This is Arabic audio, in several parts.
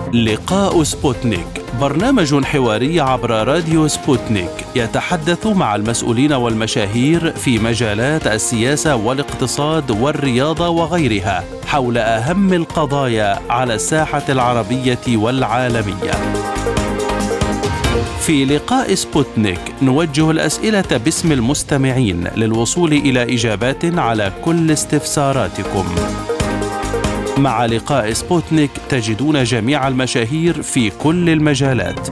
لقاء سبوتنيك، برنامج حواري عبر راديو سبوتنيك يتحدث مع المسؤولين والمشاهير في مجالات السياسة والاقتصاد والرياضة وغيرها حول أهم القضايا على الساحة العربية والعالمية. في لقاء سبوتنيك نوجه الأسئلة باسم المستمعين للوصول إلى إجابات على كل استفساراتكم. مع لقاء سبوتنيك تجدون جميع المشاهير في كل المجالات.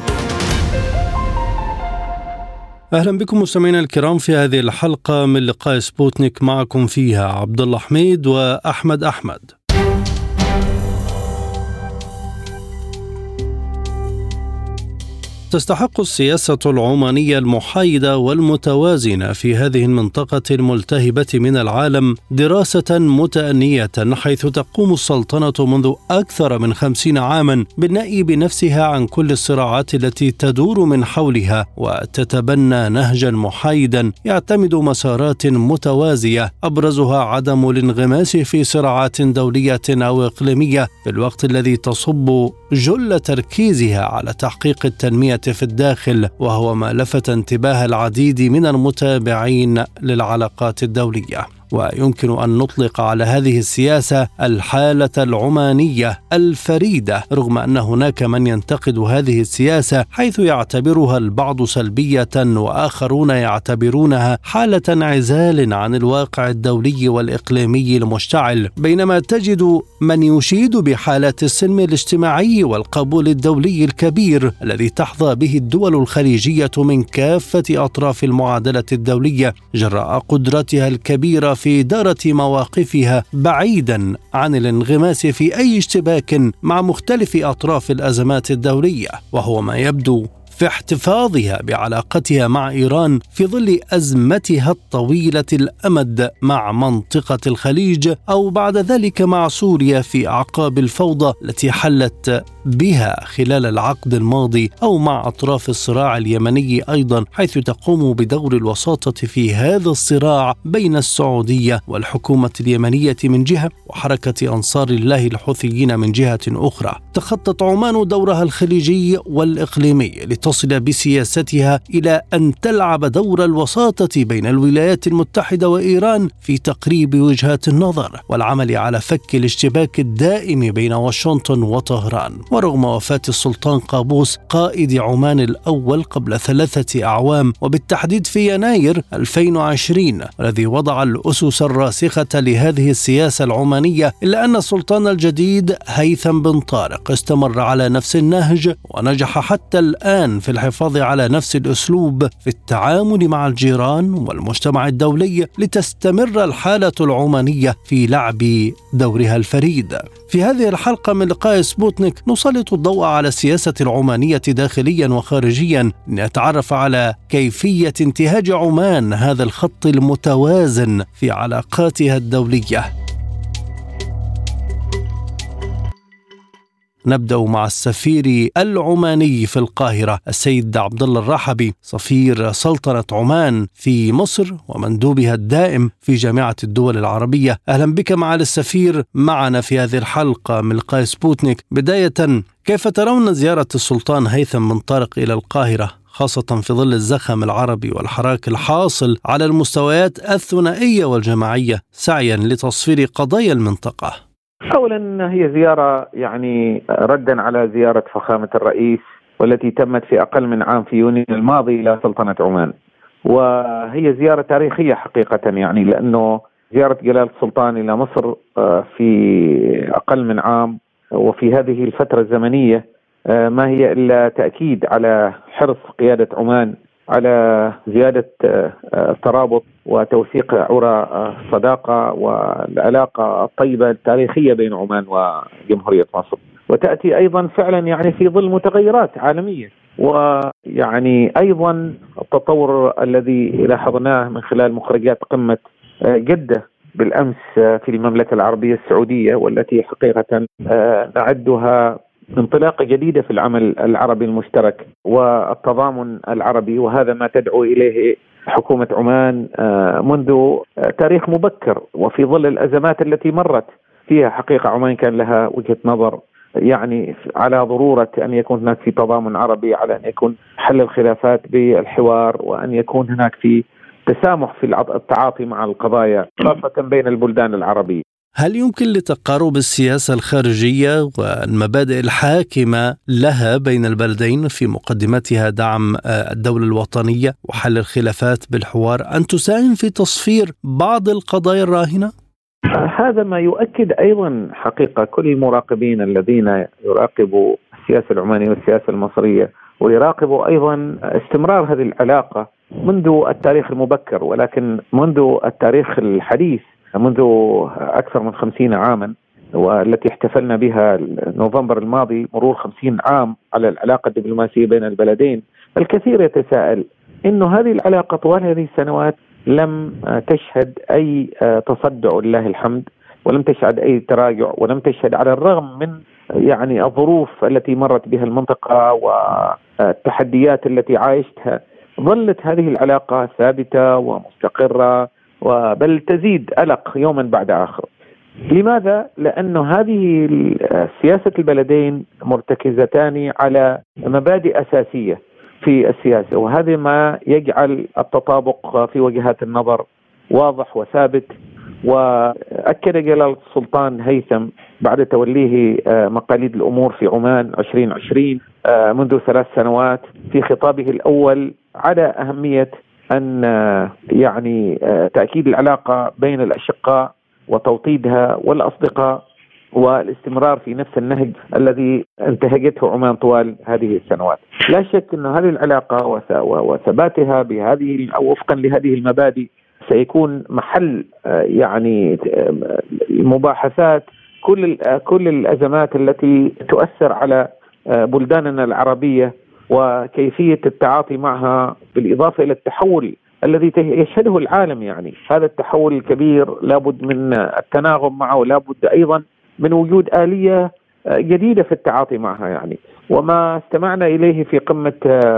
أهلا بكم مستمعينا الكرام في هذه الحلقة من لقاء سبوتنيك، معكم فيها عبد الله حميد وأحمد أحمد. تستحق السياسة العمانية المحايدة والمتوازنة في هذه المنطقة الملتهبة من العالم دراسة متأنية، حيث تقوم السلطنة منذ أكثر من 50 عاما بالنأي بنفسها عن كل الصراعات التي تدور من حولها، وتتبنى نهجا محايدا يعتمد مسارات متوازية أبرزها عدم الانغماس في صراعات دولية أو إقليمية، في الوقت الذي تصب جل تركيزها على تحقيق التنمية في الداخل، وهو ما لفت انتباه العديد من المتابعين للعلاقات الدولية. ويمكن أن نطلق على هذه السياسة الحالة العمانية الفريدة، رغم أن هناك من ينتقد هذه السياسة حيث يعتبرها البعض سلبية وآخرون يعتبرونها حالة انعزال عن الواقع الدولي والإقليمي المشتعل، بينما تجد من يشيد بحالة السلم الاجتماعي والقبول الدولي الكبير الذي تحظى به الدول الخليجية من كافة أطراف المعادلة الدولية جراء قدرتها الكبيرة في إدارة مواقفها بعيدا عن الانغماس في أي اشتباك مع مختلف أطراف الأزمات الدولية، وهو ما يبدو في احتفاظها بعلاقتها مع إيران في ظل أزمتها الطويلة الأمد مع منطقة الخليج، أو بعد ذلك مع سوريا في أعقاب الفوضى التي حلت بها خلال العقد الماضي، أو مع أطراف الصراع اليمني أيضا، حيث تقوم بدور الوساطة في هذا الصراع بين السعودية والحكومة اليمنية من جهة وحركة أنصار الله الحوثيين من جهة أخرى. تخطت عمان دورها الخليجي والإقليمي تصل بسياستها إلى أن تلعب دور الوساطة بين الولايات المتحدة وإيران في تقريب وجهات النظر والعمل على فك الاشتباك الدائم بين واشنطن وطهران. ورغم وفاة السلطان قابوس قائد عمان الأول قبل 3 أعوام، وبالتحديد في يناير 2020 الذي وضع الأسس الراسخة لهذه السياسة العمانية، إلا أن السلطان الجديد هيثم بن طارق استمر على نفس النهج ونجح حتى الآن في الحفاظ على نفس الأسلوب في التعامل مع الجيران والمجتمع الدولي، لتستمر الحالة العمانية في لعب دورها الفريد. في هذه الحلقة من لقاء سبوتنيك نسلط الضوء على السياسة العمانية داخليا وخارجيا، لنتعرف على كيفية انتهاج عمان هذا الخط المتوازن في علاقاتها الدولية. نبدأ مع السفير العماني في القاهرة السيد عبد الله الرحبي، سفير سلطنة عمان في مصر ومندوبها الدائم في جامعة الدول العربية. أهلا بك معالي السفير معنا في هذه الحلقة من لقاء سبوتنيك. بداية، كيف ترون زيارة السلطان هيثم بن طارق إلى القاهرة، خاصة في ظل الزخم العربي والحراك الحاصل على المستويات الثنائية والجماعية سعيا لتصفير قضايا المنطقة؟ أولا، هي زيارة ردا على زيارة فخامة الرئيس والتي تمت في أقل من عام في يونيو الماضي إلى سلطنة عمان، وهي زيارة تاريخية حقيقة، لأنه زيارة جلالة السلطان إلى مصر في أقل من عام وفي هذه الفترة الزمنية ما هي إلا تأكيد على حرص قيادة عمان على زيادة الترابط وتوثيق عرى الصداقة والعلاقة الطيبة التاريخية بين عمان وجمهورية مصر، وتأتي أيضا فعلا في ظل متغيرات عالمية، أيضا التطور الذي لاحظناه من خلال مخرجات قمة جدة بالأمس في المملكة العربية السعودية، والتي حقيقة نعدها انطلاقة جديدة في العمل العربي المشترك والتضامن العربي، وهذا ما تدعو إليه حكومة عمان منذ تاريخ مبكر، وفي ظل الأزمات التي مرت فيها حقيقة عمان كان لها وجهة نظر يعني على ضرورة أن يكون هناك في تضامن عربي، على أن يكون حل الخلافات بالحوار، وأن يكون هناك في تسامح في التعاطي مع القضايا خاصة بين البلدان العربية. هل يمكن لتقارب السياسة الخارجية والمبادئ الحاكمة لها بين البلدين في مقدمتها دعم الدولة الوطنية وحل الخلافات بالحوار أن تساهم في تصفير بعض القضايا الراهنة؟ هذا ما يؤكد أيضا حقيقة كل المراقبين الذين يراقبوا السياسة العمانية والسياسة المصرية، ويراقبوا أيضا استمرار هذه العلاقة منذ التاريخ المبكر، ولكن منذ التاريخ الحديث، منذ أكثر من 50 عاما، والتي احتفلنا بها نوفمبر الماضي مرور 50 عام على العلاقة الدبلوماسية بين البلدين. الكثير يتساءل إنه هذه العلاقة طوال هذه السنوات لم تشهد أي تصدع لله الحمد، ولم تشهد أي تراجع، ولم تشهد على الرغم من يعني الظروف التي مرت بها المنطقة والتحديات التي عايشتها، ظلت هذه العلاقة ثابتة ومستقرة، وبل تزيد ألق يوما بعد آخر. لماذا؟ لأن هذه سياسة البلدين مرتكزتان على مبادئ أساسية في السياسة، وهذا ما يجعل التطابق في وجهات النظر واضح وثابت. وأكد جلالة السلطان هيثم بعد توليه مقاليد الأمور في عمان 2020 منذ 3 سنوات في خطابه الأول على أهمية أن يعني تأكيد العلاقة بين الأشقاء وتوطيدها والأصدقاء، والاستمرار في نفس النهج الذي انتهجته عمان طوال هذه السنوات. لا شك أن هذه العلاقة وثباتها بهذه أو وفقا لهذه المبادئ سيكون محل يعني مباحثات كل الأزمات التي تؤثر على بلداننا العربية، وكيفية التعاطي معها، بالإضافة إلى التحول الذي يشهده العالم. يعني هذا التحول الكبير لابد من التناغم معه، لابد أيضا من وجود آلية جديدة في التعاطي معها. يعني وما استمعنا إليه في قمة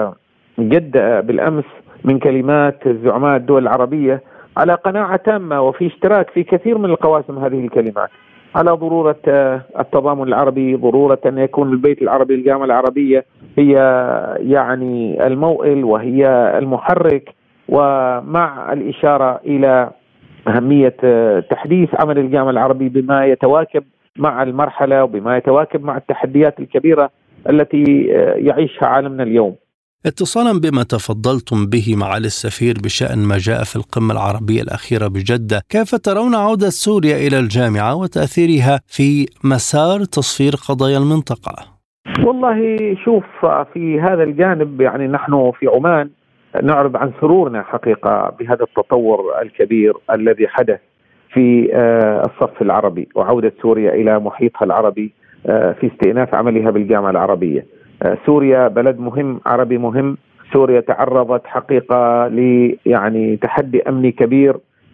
جدة بالأمس من كلمات زعماء الدول العربية على قناعة تامة وفي اشتراك في كثير من القواسم هذه الكلمات على ضرورة التضامن العربي، ضرورة أن يكون البيت العربي، الجامعة العربية هي يعني الموئل وهي المحرك، ومع الإشارة إلى أهمية تحديث عمل الجامعة العربي بما يتواكب مع المرحلة وبما يتواكب مع التحديات الكبيرة التي يعيشها عالمنا اليوم. اتصالا بما تفضلتم به معالي السفير بشأن ما جاء في القمة العربية الأخيرة بجدة، كيف ترون عودة سوريا إلى الجامعة وتأثيرها في مسار تصفير قضايا المنطقة؟ والله شوف، في هذا الجانب يعني نحن في عمان نعرب عن سرورنا حقيقة بهذا التطور الكبير الذي حدث في الصف العربي، وعودة سوريا إلى محيطها العربي في استئناف عملها بالجامعة العربية. سوريا بلد مهم، عربي مهم. سوريا تعرضت حقيقة يعني تحدي أمني كبير.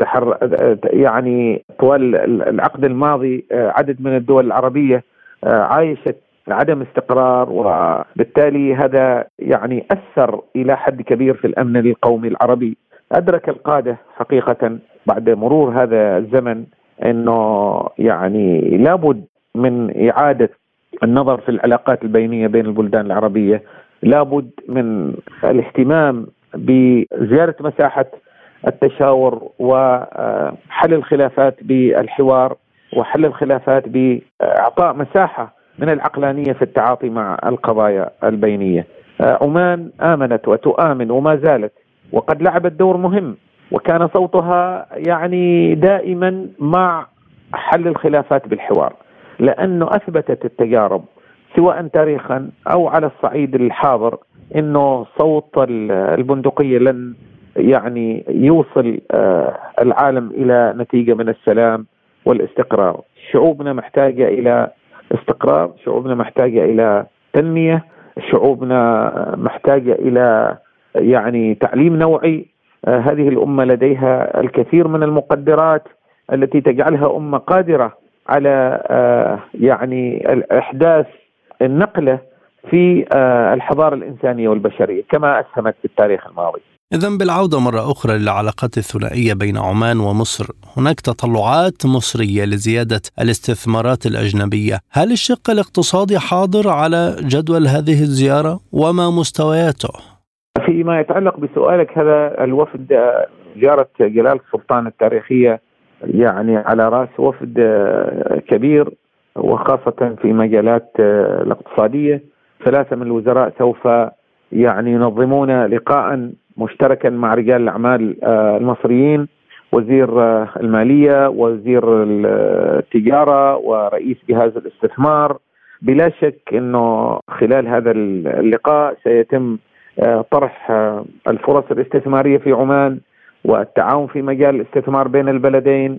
يعني طوال العقد الماضي عدد من الدول العربية عايشت عدم استقرار، وبالتالي هذا يعني أثر إلى حد كبير في الأمن القومي العربي. أدرك القادة حقيقة بعد مرور هذا الزمن أنه يعني لابد من إعادة النظر في العلاقات البينية بين البلدان العربية، لابد من الاهتمام بزيادة مساحة التشاور وحل الخلافات بالحوار، وحل الخلافات بإعطاء مساحة من العقلانية في التعاطي مع القضايا البينية. عمان آمنت وتؤمن وما زالت، وقد لعبت دور مهم، وكان صوتها يعني دائما مع حل الخلافات بالحوار، لأنه أثبتت التجارب سواء تاريخا أو على الصعيد الحاضر أنه صوت البندقية لن يعني يوصل العالم إلى نتيجة من السلام والاستقرار. شعوبنا محتاجة إلى استقرار، شعوبنا محتاجة إلى تنمية، شعوبنا محتاجة إلى يعني تعليم نوعي. هذه الأمة لديها الكثير من المقدرات التي تجعلها أمة قادرة على يعني إحداث النقلة في الحضارة الإنسانية والبشرية كما أسهمت في التاريخ الماضي. إذن بالعودة مرة أخرى للعلاقات الثنائية بين عمان ومصر، هناك تطلعات مصرية لزيادة الاستثمارات الأجنبية، هل الشق الاقتصادي حاضر على جدول هذه الزيارة وما مستوياته؟ فيما يتعلق بسؤالك هذا الوفد، زيارة جلالة السلطان التاريخية يعني على رأس وفد كبير، وخاصة في مجالات الاقتصادية. 3 من الوزراء سوف يعني ينظمون لقاء مشتركا مع رجال الأعمال المصريين، وزير المالية، وزير التجارة، ورئيس جهاز الاستثمار. بلا شك أنه خلال هذا اللقاء سيتم طرح الفرص الاستثمارية في عمان، والتعاون في مجال الاستثمار بين البلدين،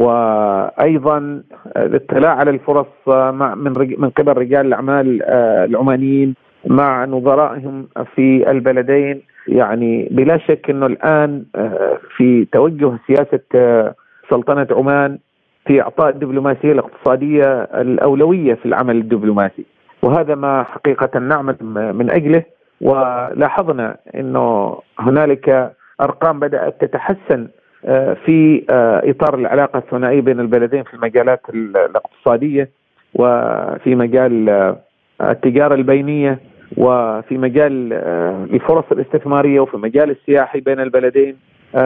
وأيضا الاطلاع على الفرص من قبل رجال الأعمال العمانيين مع نظرائهم في البلدين. يعني بلا شك أنه الآن في توجه سياسة سلطنة عمان في إعطاء الدبلوماسية الاقتصادية الأولوية في العمل الدبلوماسي، وهذا ما حقيقة نعمل من أجله. ولاحظنا أنه هنالك أرقام بدأت تتحسن في إطار العلاقة الثنائية بين البلدين في المجالات الاقتصادية، وفي مجال التجارة البينية، وفي مجال الفرص الاستثمارية، وفي مجال السياحي بين البلدين.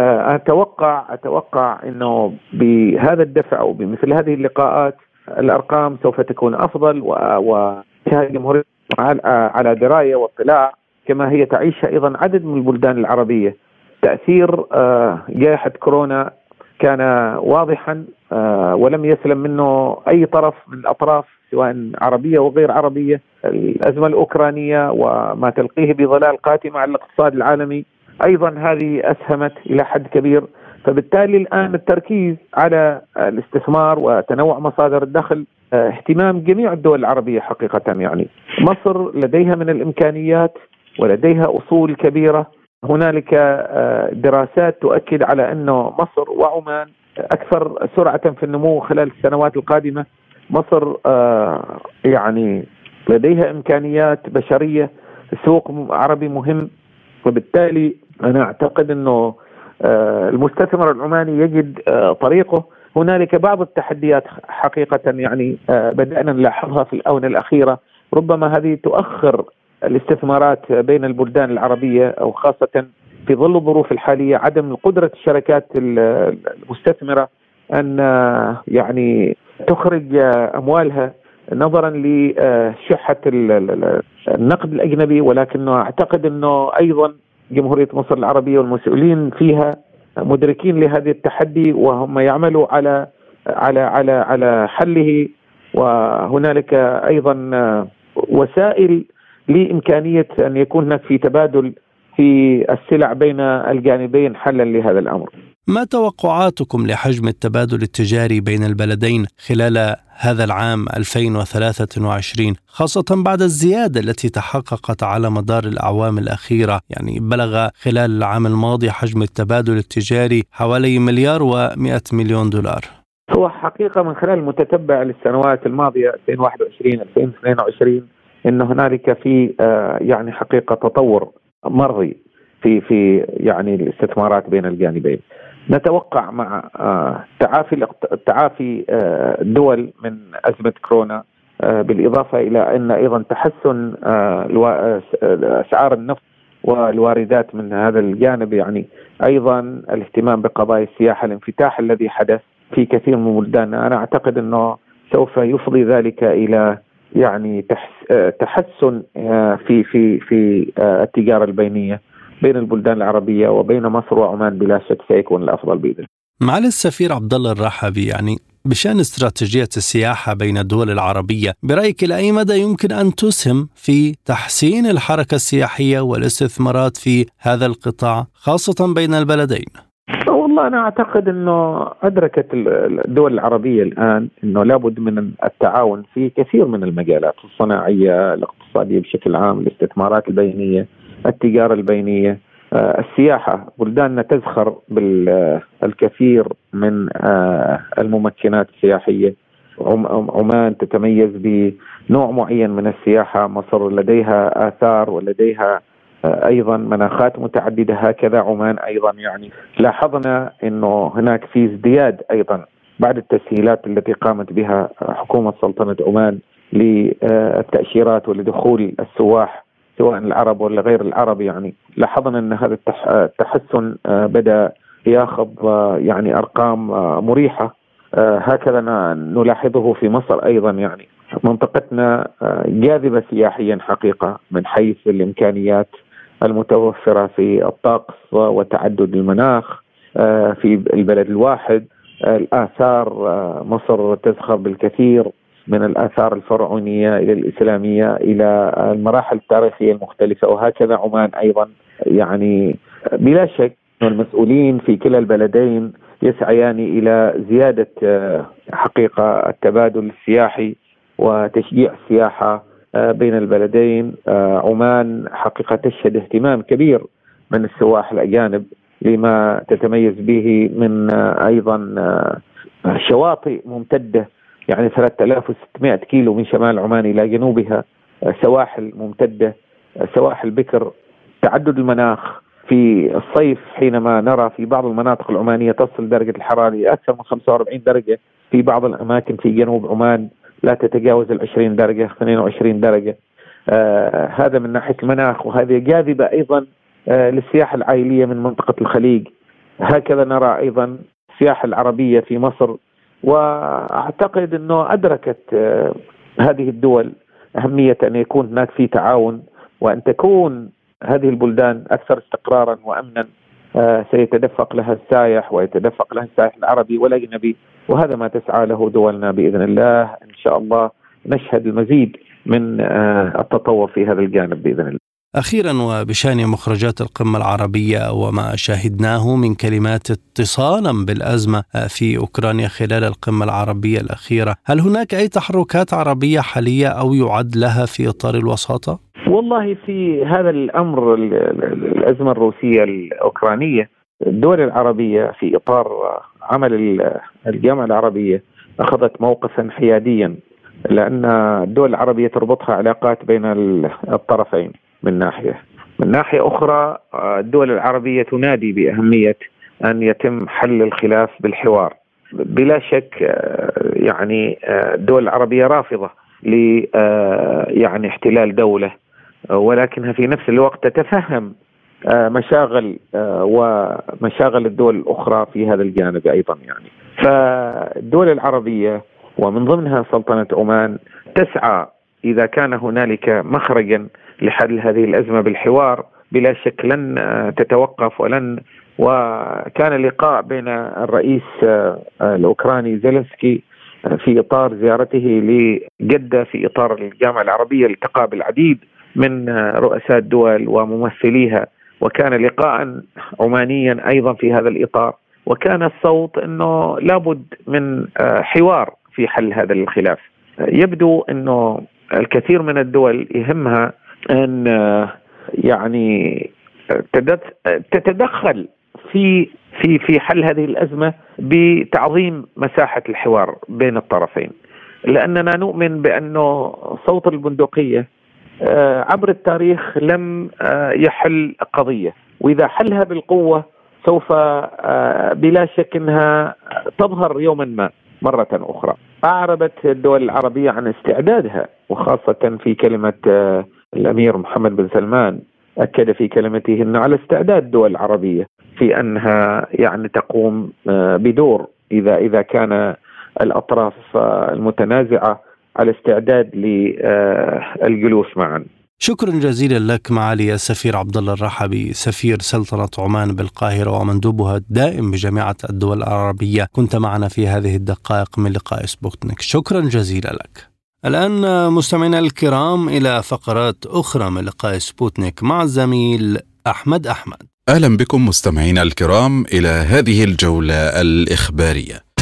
أتوقع أنه بهذا الدفع وبمثل هذه اللقاءات الأرقام سوف تكون أفضل، وشهد جمهورية على دراية واطلاع كما هي تعيشها أيضا عدد من البلدان العربية. تأثير جائحة كورونا كان واضحا، ولم يسلم منه أي طرف من الأطراف سواء عربية وغير عربية. الأزمة الأوكرانية وما تلقيه بظلال قاتمة على الاقتصاد العالمي أيضا هذه أسهمت إلى حد كبير. فبالتالي الآن التركيز على الاستثمار وتنوع مصادر الدخل، اهتمام جميع الدول العربية حقيقة. يعني مصر لديها من الإمكانيات ولديها أصول كبيرة. هنالك دراسات تؤكد على أنه مصر وعمان أكثر سرعة في النمو خلال السنوات القادمة. مصر يعني لديها إمكانيات بشرية، سوق عربي مهم، وبالتالي أنا أعتقد أنه المستثمر العماني يجد طريقه. هنالك بعض التحديات حقيقة يعني بدأنا نلاحظها في الآونة الأخيرة، ربما هذه تؤخر الاستثمارات بين البلدان العربية، أو خاصة في ظل الظروف الحالية عدم قدرة الشركات المستثمرة أن يعني تخرج أموالها نظرا لشحة النقد الأجنبي. ولكنه أعتقد أنه أيضا جمهورية مصر العربية والمسؤولين فيها مدركين لهذا التحدي، وهم يعملوا على حله. وهنالك أيضا وسائل لإمكانية أن يكون هناك في تبادل في السلع بين الجانبين حلا لهذا الأمر. ما توقعاتكم لحجم التبادل التجاري بين البلدين خلال هذا العام 2023، خاصة بعد الزيادة التي تحققت على مدار الأعوام الأخيرة؟ يعني بلغ خلال العام الماضي حجم التبادل التجاري حوالي $1,100,000,000. هو حقيقة من خلال المتتبع للسنوات الماضية 2021-2022 إن هنالك في يعني حقيقة تطور مرضي في يعني الاستثمارات بين الجانبين. نتوقع مع تعافي الدول من أزمة كورونا، بالإضافة إلى أن أيضا تحسن أسعار النفط والواردات من هذا الجانب، يعني أيضا الاهتمام بقضايا السياحة، الانفتاح الذي حدث في كثير من بلداننا. أنا أعتقد أنه سوف يفضي ذلك إلى يعني تحسن في التجارة البينية بين البلدان العربية وبين مصر وعمان. بلا شك سيكون الأفضل بإذن. معالي السفير عبد الله الرحبي، يعني بشأن استراتيجية السياحة بين الدول العربية، برأيك إلى أي مدى يمكن أن تسهم في تحسين الحركة السياحية والاستثمارات في هذا القطاع خاصة بين البلدين؟ والله أنا أعتقد أنه أدركت الدول العربية الآن أنه لابد من التعاون في كثير من المجالات الصناعية، الاقتصادية بشكل عام، الاستثمارات البينية، التجارة البينية، السياحة. بلداننا تزخر بالكثير من الممكنات السياحية. عمان تتميز بنوع معين من السياحة. مصر لديها آثار ولديها أيضا مناخات متعددة، هكذا عمان أيضا. يعني لاحظنا أنه هناك في ازدياد أيضا بعد التسهيلات التي قامت بها حكومة سلطنة عمان للتأشيرات ولدخول السواح سواء العرب ولا غير العرب. يعني لاحظنا أن هذا التحسن بدأ ياخذ يعني أرقام مريحة. هكذا نلاحظه في مصر أيضا. يعني منطقتنا جاذبة سياحيا حقيقة من حيث الإمكانيات المتوفرة في الطقس وتعدد المناخ في البلد الواحد. الآثار، مصر تزخر بالكثير من الآثار الفرعونية إلى الإسلامية إلى المراحل التاريخية المختلفة، وهكذا عمان أيضا. يعني بلا شك المسؤولين في كلا البلدين يسعيان إلى زيادة حقيقة التبادل السياحي وتشجيع السياحة بين البلدين. عمان حقيقة تشهد اهتمام كبير من السواح الأجانب لما تتميز به من أيضا شواطئ ممتدة، يعني 3600 كيلو من شمال عمان إلى جنوبها، سواحل ممتدة، سواحل بكر. تعدد المناخ في الصيف حينما نرى في بعض المناطق العمانية تصل درجة الحرارة أكثر من 45 درجة، في بعض الأماكن في جنوب عمان لا تتجاوز 20 درجة 22 درجة. هذا من ناحية المناخ، وهذه جاذبة أيضا للسياحة العائلية من منطقة الخليج. هكذا نرى أيضا السياحة العربية في مصر، وأعتقد أنه أدركت هذه الدول أهمية أن يكون هناك في تعاون، وأن تكون هذه البلدان أكثر استقرارا وأمنا سيتدفق لها السائح ويتدفق لها السائح العربي والأجنبي، وهذا ما تسعى له دولنا بإذن الله. إن شاء الله نشهد المزيد من التطور في هذا الجانب بإذن الله. أخيرا، وبشأن مخرجات القمة العربية وما شاهدناه من كلمات اتصالا بالأزمة في أوكرانيا خلال القمة العربية الأخيرة، هل هناك أي تحركات عربية حالية أو يعد لها في إطار الوساطة؟ والله في هذا الأمر الأزمة الروسية الأوكرانية، الدول العربية في إطار عمل الجامعة العربية أخذت موقفا حياديا، لأن الدول العربية تربطها علاقات بين الطرفين من ناحية أخرى. الدول العربية تنادي بأهمية أن يتم حل الخلاف بالحوار. بلا شك يعني الدول العربية رافضة يعني احتلال دولة، ولكنها في نفس الوقت تتفهم مشاغل ومشاغل الدول الأخرى في هذا الجانب أيضا. يعني فالدول العربية ومن ضمنها سلطنة عمان تسعى إذا كان هنالك مخرجا لحل هذه الأزمة بالحوار، بلا شك لن تتوقف وكان لقاء بين الرئيس الأوكراني زيلينسكي في إطار زيارته لجدة في إطار الجامعة العربية، التقى بالعديد من رؤساء الدول وممثليها، وكان لقاء عمانيا أيضا في هذا الإطار. وكان الصوت أنه لابد من حوار في حل هذا الخلاف. يبدو أنه الكثير من الدول يهمها أن يعني تتدخل في حل هذه الأزمة بتعظيم مساحة الحوار بين الطرفين، لأننا نؤمن بأنه صوت البندقية عبر التاريخ لم يحل قضية، وإذا حلها بالقوة سوف بلا شك أنها تظهر يوما ما مرة أخرى. أعربت الدول العربية عن استعدادها، وخاصة في كلمة الأمير محمد بن سلمان أكد في كلمته أنه على استعداد الدول العربية في أنها يعني تقوم بدور إذا كان الأطراف المتنازعة على استعداد للجلوس معا. شكرا جزيلا لك معالي السفير عبد الله الرحبي، سفير سلطنة عمان بالقاهرة ومندوبها الدائم بجامعة الدول العربية، كنت معنا في هذه الدقائق من لقاء سبوتنيك. شكرا جزيلا لك. الآن مستمعينا الكرام إلى فقرات أخرى من لقاء سبوتنيك مع الزميل أحمد. أهلا بكم مستمعينا الكرام إلى هذه الجولة الإخبارية.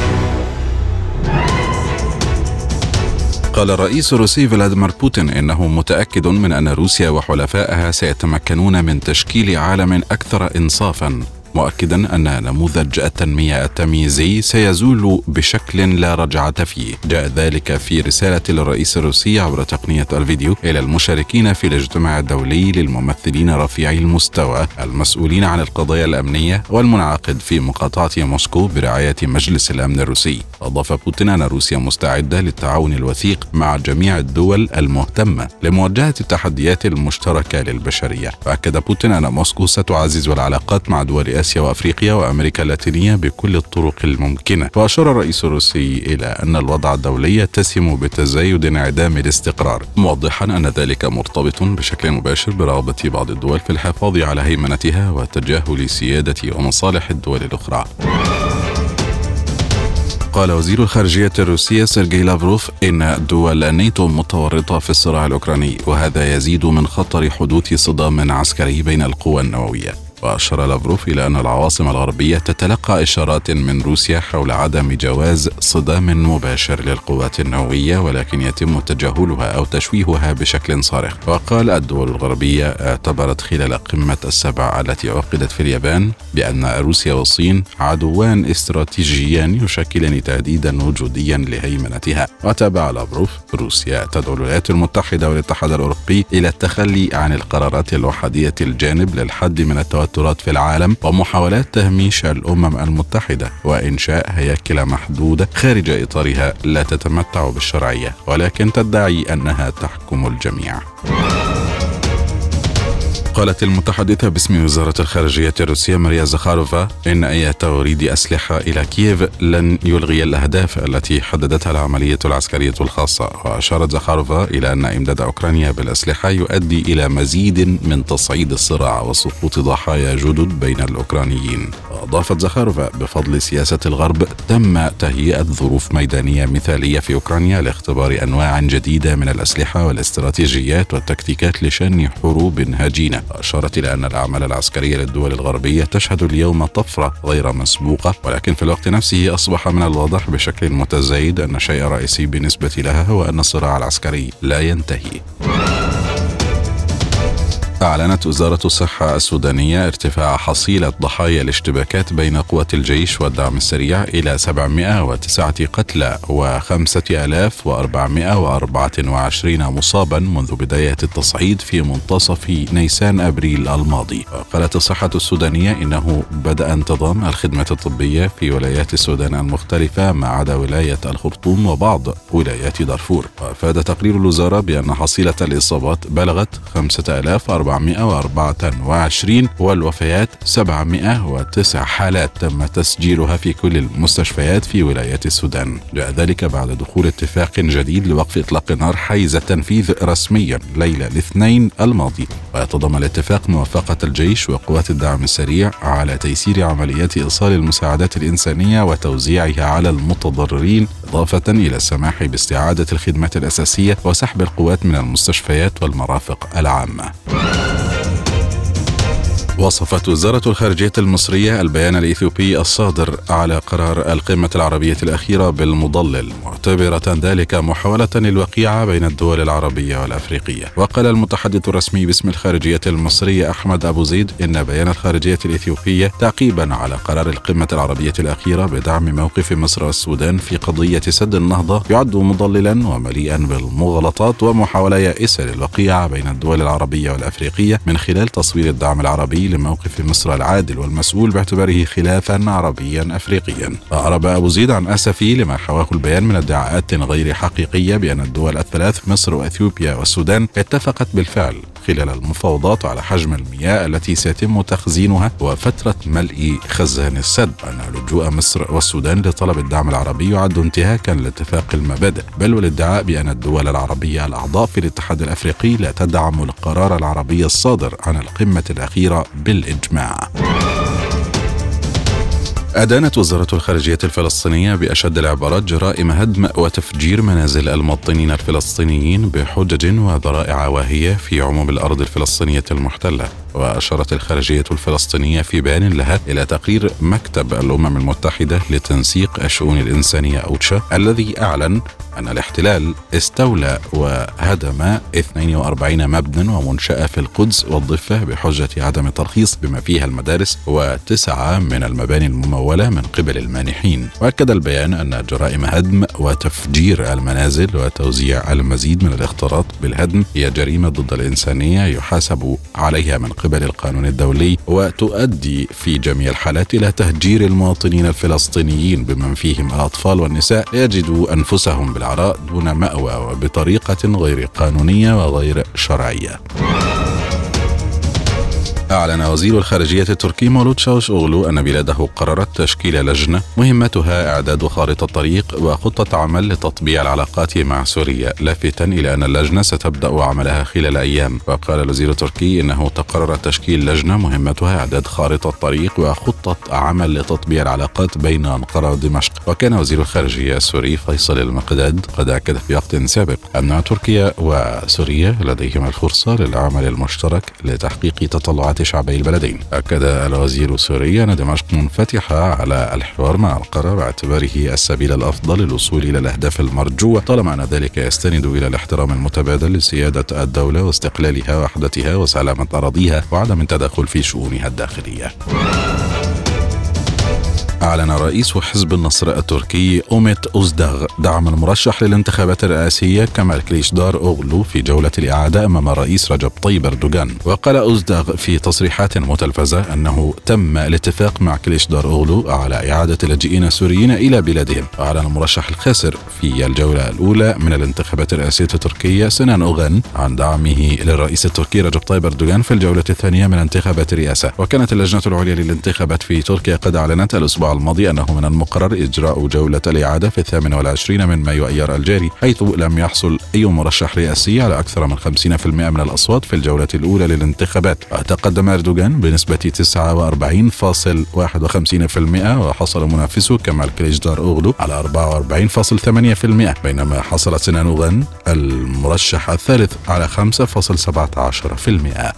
قال الرئيس الروسي فلاديمير بوتين إنه متأكد من أن روسيا وحلفائها سيتمكنون من تشكيل عالم أكثر إنصافا، مؤكدا أن نموذج التنمية التمييزي سيزول بشكل لا رجعة فيه. جاء ذلك في رسالة للرئيس الروسي عبر تقنية الفيديو إلى المشاركين في الاجتماع الدولي للممثلين رفيعي المستوى المسؤولين عن القضايا الأمنية والمنعقد في مقاطعة موسكو برعاية مجلس الأمن الروسي. أضاف بوتين أن روسيا مستعدة للتعاون الوثيق مع جميع الدول المهتمة لمواجهة التحديات المشتركة للبشرية. وأكد بوتين أن موسكو ستعزز العلاقات مع دول آسيا وأفريقيا وأمريكا اللاتينية بكل الطرق الممكنة. وأشار الرئيس الروسي إلى أن الوضع الدولي يتسم بتزايد انعدام الاستقرار، موضحا أن ذلك مرتبط بشكل مباشر برغبة بعض الدول في الحفاظ على هيمنتها وتجاهل سيادة ومصالح الدول الأخرى. قال وزير الخارجية الروسية سيرجي لافروف إن دول الناتو متورطة في الصراع الأوكراني، وهذا يزيد من خطر حدوث صدام عسكري بين القوى النووية. وأشار لافروف إلى أن العواصم الغربية تتلقى إشارات من روسيا حول عدم جواز صدام مباشر للقوات النووية، ولكن يتم تجاهلها أو تشويهها بشكل صارخ. وقال الدول الغربية اعتبرت خلال قمة السبع التي عقدت في اليابان بأن روسيا والصين عدوان استراتيجيان يشكلان تهديدا وجوديا لهيمنتها. وتابع لافروف: روسيا تدعو الولايات المتحدة والاتحاد الأوروبي إلى التخلي عن القرارات الوحدية الجانب للحد من التوترات في العالم ومحاولات تهميش الأمم المتحدة وإنشاء هياكل محدودة خارج إطارها لا تتمتع بالشرعية ولكن تدعي أنها تحكم الجميع. قالت المتحدثة باسم وزارة الخارجية الروسية ماريا زخاروفا إن أي توريد أسلحة إلى كييف لن يلغي الأهداف التي حددتها العملية العسكرية الخاصة. وأشارت زخاروفا إلى أن إمداد أوكرانيا بالأسلحة يؤدي إلى مزيد من تصعيد الصراع وسقوط ضحايا جدد بين الأوكرانيين. وأضافت زخاروفا: بفضل سياسة الغرب تم تهيئة ظروف ميدانية مثالية في أوكرانيا لاختبار أنواع جديدة من الأسلحة والاستراتيجيات والتكتيكات لشن حروب هجينة. أشارت إلى أن الأعمال العسكرية للدول الغربية تشهد اليوم طفرة غير مسبوقة، ولكن في الوقت نفسه أصبح من الواضح بشكل متزايد أن شيء رئيسي بالنسبة لها هو أن الصراع العسكري لا ينتهي. أعلنت وزارة الصحة السودانية ارتفاع حصيلة ضحايا الاشتباكات بين قوات الجيش والدعم السريع إلى 709 قتلى و5424 مصابا منذ بداية التصعيد في منتصف نيسان أبريل الماضي. وقالت الصحة السودانية إنه بدأ انتظام الخدمة الطبية في ولايات السودان المختلفة ما عدا ولاية الخرطوم وبعض ولايات دارفور. وأفاد تقرير الوزارة بأن حصيلة الإصابات بلغت 5424 والوفيات 709 حالات تم تسجيلها في كل المستشفيات في ولايات السودان. جاء ذلك بعد دخول اتفاق جديد لوقف إطلاق النار حيز التنفيذ رسميا ليلة الاثنين الماضي. ويتضمن الاتفاق موافقة الجيش وقوات الدعم السريع على تيسير عمليات إيصال المساعدات الإنسانية وتوزيعها على المتضررين، إضافة إلى السماح باستعادة الخدمات الأساسية وسحب القوات من المستشفيات والمرافق العامة. وصفت وزارة الخارجية المصرية البيان الإثيوبي الصادر على قرار القمة العربية الأخيرة بالمضلل، معتبرة ذلك محاولة للوقيعة بين الدول العربية والأفريقية. وقال المتحدث الرسمي باسم الخارجية المصرية أحمد أبو زيد إن بيان الخارجية الإثيوبية تعقيبا على قرار القمة العربية الأخيرة بدعم موقف مصر والسودان في قضية سد النهضة يعد مضللا ومليئا بالمغالطات ومحاولة يائسة للوقيعة بين الدول العربية والأفريقية من خلال تصوير الدعم العربي لموقف مصر العادل والمسؤول باعتباره خلافا عربيا أفريقيا. أعرب أبو زيد عن أسفه لما حواه البيان من ادعاءات غير حقيقية بأن الدول الثلاث مصر وأثيوبيا والسودان اتفقت بالفعل خلال المفاوضات على حجم المياه التي سيتم تخزينها وفترة ملء خزان السد، أن لجوء مصر والسودان لطلب الدعم العربي يعد انتهاكا لاتفاق المبادئ، بل والادعاء بأن الدول العربية الأعضاء في الاتحاد الأفريقي لا تدعم القرار العربي الصادر عن القمة الأخيرة بالإجماع. أدانت وزارة الخارجية الفلسطينية بأشد العبارات جرائم هدم وتفجير منازل المواطنين الفلسطينيين بحجج وذرائع واهية في عموم الأرض الفلسطينية المحتلة. وأشارت الخارجية الفلسطينية في بيان لها إلى تقرير مكتب الأمم المتحدة لتنسيق الشؤون الإنسانية أوتشا الذي أعلن أن الاحتلال استولى وهدم 42 مبنى ومنشأة في القدس والضفة بحجة عدم الترخيص بما فيها المدارس و9 من المباني الممولة من قبل المانحين. وأكد البيان أن جرائم هدم وتفجير المنازل وتوزيع المزيد من الاختراط بالهدم هي جريمة ضد الإنسانية يحاسب عليها من قبل القانون الدولي، وتؤدي في جميع الحالات إلى تهجير المواطنين الفلسطينيين بمن فيهم الأطفال والنساء يجدوا أنفسهم بالعراء دون مأوى وبطريقة غير قانونية وغير شرعية. أعلن وزير الخارجية التركي مولود چاوشوغلو أن بلاده قررت تشكيل لجنة مهمتها إعداد خارطة طريق وخطة عمل لتطبيع العلاقات مع سوريا، لافتا إلى أن اللجنة ستبدأ عملها خلال أيام. وقال الوزير التركي إنه تقرر تشكيل لجنة مهمتها إعداد خارطة طريق وخطة عمل لتطبيع العلاقات بين أنقرة ودمشق. وكان وزير الخارجية السوري فيصل المقداد قد أكد في وقت سابق أن تركيا وسوريا لديهما الفرصة للعمل المشترك لتحقيق تطلعات شعبي البلدين. أكد الوزير السوري أن دمشق منفتحة على الحوار مع أنقرة باعتباره السبيل الأفضل للوصول إلى الأهداف المرجوة، طالما أن ذلك يستند إلى الاحترام المتبادل لسيادة الدولة واستقلالها ووحدتها وسلامة أراضيها وعدم التدخل في شؤونها الداخلية. أعلن رئيس حزب النصر التركي أوميت أوزداغ دعم المرشح للانتخابات الرئاسية كمال كليشدار أوغلو في جولة الإعادة أمام الرئيس رجب طيب أردوغان. وقال أوزداغ في تصريحات متلفزة أنه تم الاتفاق مع كليشدار أوغلو على إعادة اللاجئين السوريين إلى بلادهم. وأعلن المرشح الخاسر في الجولة الأولى من الانتخابات الرئاسية التركية سنان أوغان عن دعمه للرئيس التركي رجب طيب أردوغان في الجولة الثانية من انتخابات الرئاسة. وكانت اللجنة العليا للانتخابات في تركيا قد أعلنت الأسبوع الماضي أنه من المقرر إجراء جولة الإعادة في 28 من مايو أيار الجاري، حيث لم يحصل أي مرشح رئاسي على أكثر من 50% من الأصوات في الجولة الأولى للانتخابات. وتقدم أردوغان بنسبة 49.51%، وحصل منافسه كمال كليشدار أوغلو على 44.8%، بينما حصلت سنان أوغان المرشح الثالث على 5.17%.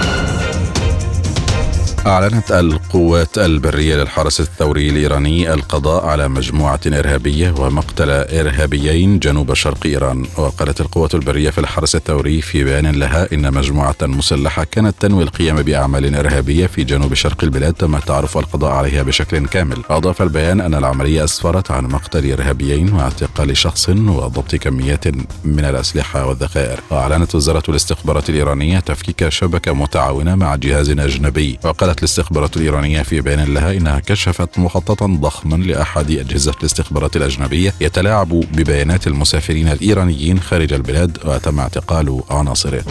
أعلنت القوات البرية للحرس الثوري الإيراني القضاء على مجموعة إرهابية ومقتل إرهابيين جنوب شرق إيران. وقالت القوات البرية في الحرس الثوري في بيان لها إن مجموعة مسلحة كانت تنوي القيام بأعمال إرهابية في جنوب شرق البلاد تم التعرف والقضاء عليها بشكل كامل. أضاف البيان أن العملية أسفرت عن مقتل إرهابيين واعتقال شخص وضبط كميات من الأسلحة والذخائر. وأعلنت وزارة الاستخبارات الإيرانية تفكيك شبكة متعاونة مع جهاز أجنبي. وقالت الاستخبارات الإيرانية في بيان لها إنها كشفت مخططا ضخما لأحد أجهزة الاستخبارات الأجنبية يتلاعب ببيانات المسافرين الإيرانيين خارج البلاد وتم اعتقال عناصره.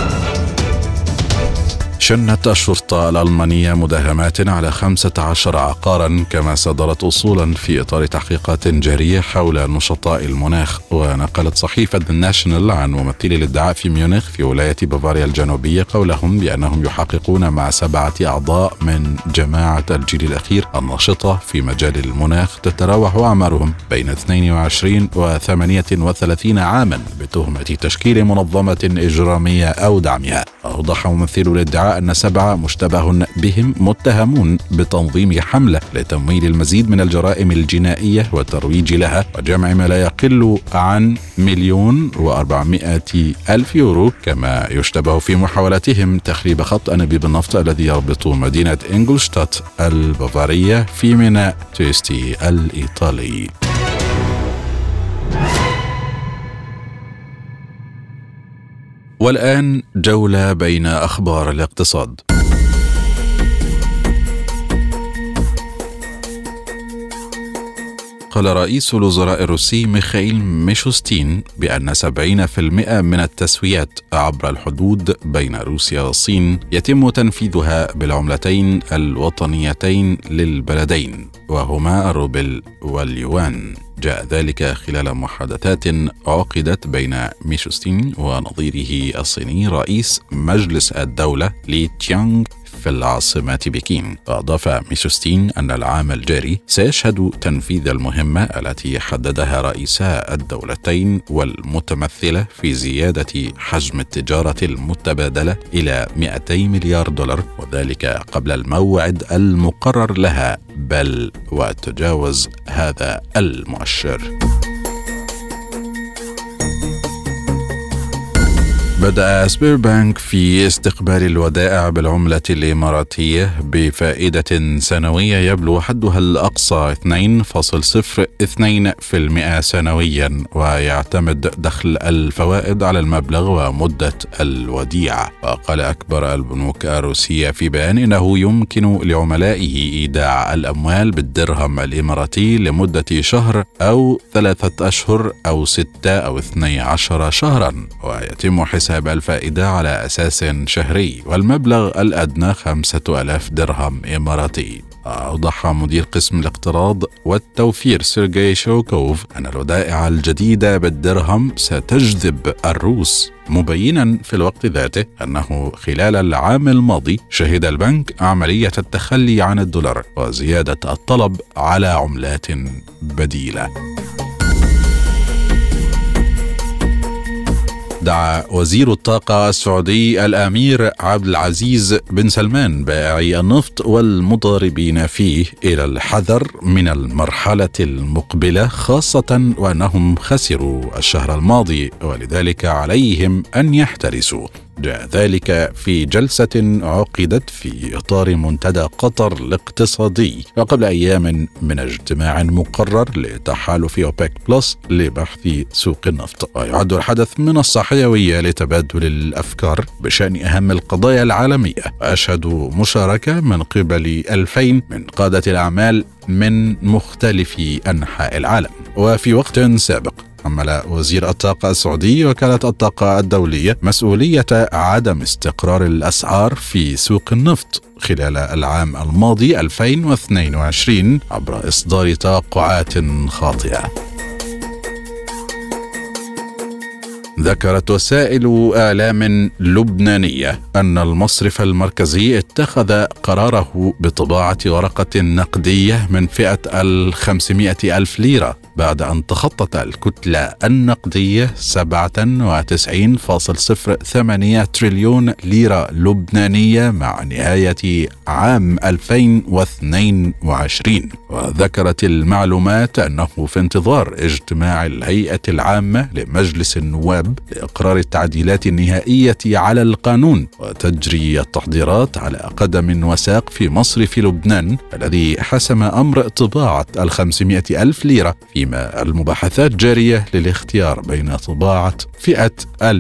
شنت الشرطة الألمانية مداهمات على 15 عقارا كما صدرت أصولا في إطار تحقيقات جارية حول نشطاء المناخ. ونقلت صحيفة الناشنال عن ممثلي الادعاء في ميونخ في ولاية بافاريا الجنوبية قولهم بأنهم يحققون مع 7 أعضاء من جماعة الجيل الأخير الناشطة في مجال المناخ تتراوح أعمارهم بين 22 و 38 عاما بتهمة تشكيل منظمة إجرامية أو دعمها. أوضح ممثل الادعاء أن 7 مشتبه بهم متهمون بتنظيم حملة لتمويل المزيد من الجرائم الجنائية والترويج لها وجمع ما لا يقل عن 1,400,000 يورو، كما يشتبه في محاولتهم تخريب خط أنابيب النفط الذي يربط مدينة إنجلشتات البافارية في ميناء تيستي الإيطالي. والآن جولة بين أخبار الاقتصاد. قال رئيس الوزراء الروسي ميخائيل ميشوستين بأن 70% من التسويات عبر الحدود بين روسيا والصين يتم تنفيذها بالعملتين الوطنيتين للبلدين وهما الروبل واليوان. جاء ذلك خلال محادثات عقدت بين ميشوستين ونظيره الصيني رئيس مجلس الدولة لي تشانغ في العاصمة بكين. أضاف ميسوستين أن العام الجاري سيشهد تنفيذ المهمة التي حددها رئيسا الدولتين والمتمثلة في زيادة حجم التجارة المتبادلة إلى 200 مليار دولار، وذلك قبل الموعد المقرر لها، بل وتجاوز هذا المؤشر. بدأ سبيربانك في استقبال الودائع بالعملة الإماراتية بفائدة سنوية يبلغ حدها الأقصى 2.02% سنويا، ويعتمد دخل الفوائد على المبلغ ومدة الوديعة. وقال أكبر البنوك الروسية في بيان إنه يمكن لعملائه إيداع الأموال بالدرهم الإماراتي لمدة شهر أو 3 أشهر أو 6 أو 12 شهرا، ويتم حساب الفائدة على أساس شهري، والمبلغ الأدنى 5000 درهم إماراتي. أوضح مدير قسم الاقتراض والتوفير سيرجي شوكوف أن الودائع الجديدة بالدرهم ستجذب الروس، مبينا في الوقت ذاته أنه خلال العام الماضي شهد البنك عملية التخلي عن الدولار وزيادة الطلب على عملات بديلة. دعا وزير الطاقة السعودي الأمير عبد العزيز بن سلمان بائعي النفط والمضاربين فيه إلى الحذر من المرحلة المقبلة، خاصة وأنهم خسروا الشهر الماضي ولذلك عليهم أن يحترسوا. جاء ذلك في جلسة عقدت في إطار منتدى قطر الاقتصادي وقبل أيام من اجتماع مقرر لتحالف أوبك بلس لبحث سوق النفط. ويعد الحدث من الصحيوية لتبادل الأفكار بشأن أهم القضايا العالمية، وأشهد مشاركة من قبل 2000 من قادة الأعمال من مختلف أنحاء العالم. وفي وقت سابق حمل وزير الطاقة السعودي وكالة الطاقة الدولية مسؤولية عدم استقرار الأسعار في سوق النفط خلال العام الماضي 2022 عبر إصدار توقعات خاطئة. ذكرت وسائل إعلام لبنانية أن المصرف المركزي اتخذ قراره بطباعة ورقة نقدية من فئة 500,000 ليرة بعد أن تخطت الكتلة النقدية 97.08 تريليون ليرة لبنانية مع نهاية عام 2022. وذكرت المعلومات أنه في انتظار اجتماع الهيئة العامة لمجلس النواب لإقرار التعديلات النهائية على القانون، وتجري التحضيرات على قدم وساق في مصرف لبنان الذي حسم أمر طباعة 500,000 ليرة، فيما المباحثات جارية للاختيار بين طباعة فئة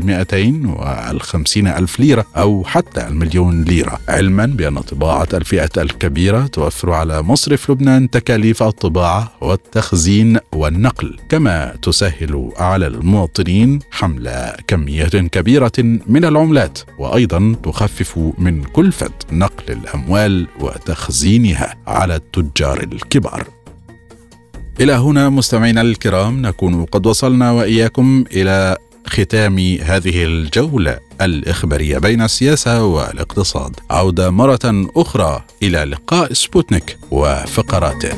250,000 ليرة أو حتى 1,000,000 ليرة، علما بأن طباعة الفئة الكبيرة توفر على مصرف لبنان تكاليف الطباعة والتخزين والنقل، كما تسهل على المواطنين حمل كميات كبيرة من العملات، وأيضا تخفف من كلفة نقل الأموال وتخزينها على التجار الكبار. إلى هنا مستمعينا الكرام نكون قد وصلنا وإياكم إلى ختام هذه الجولة الإخبارية بين السياسة والاقتصاد. عودة مرة أخرى إلى لقاء سبوتنيك وفقراته.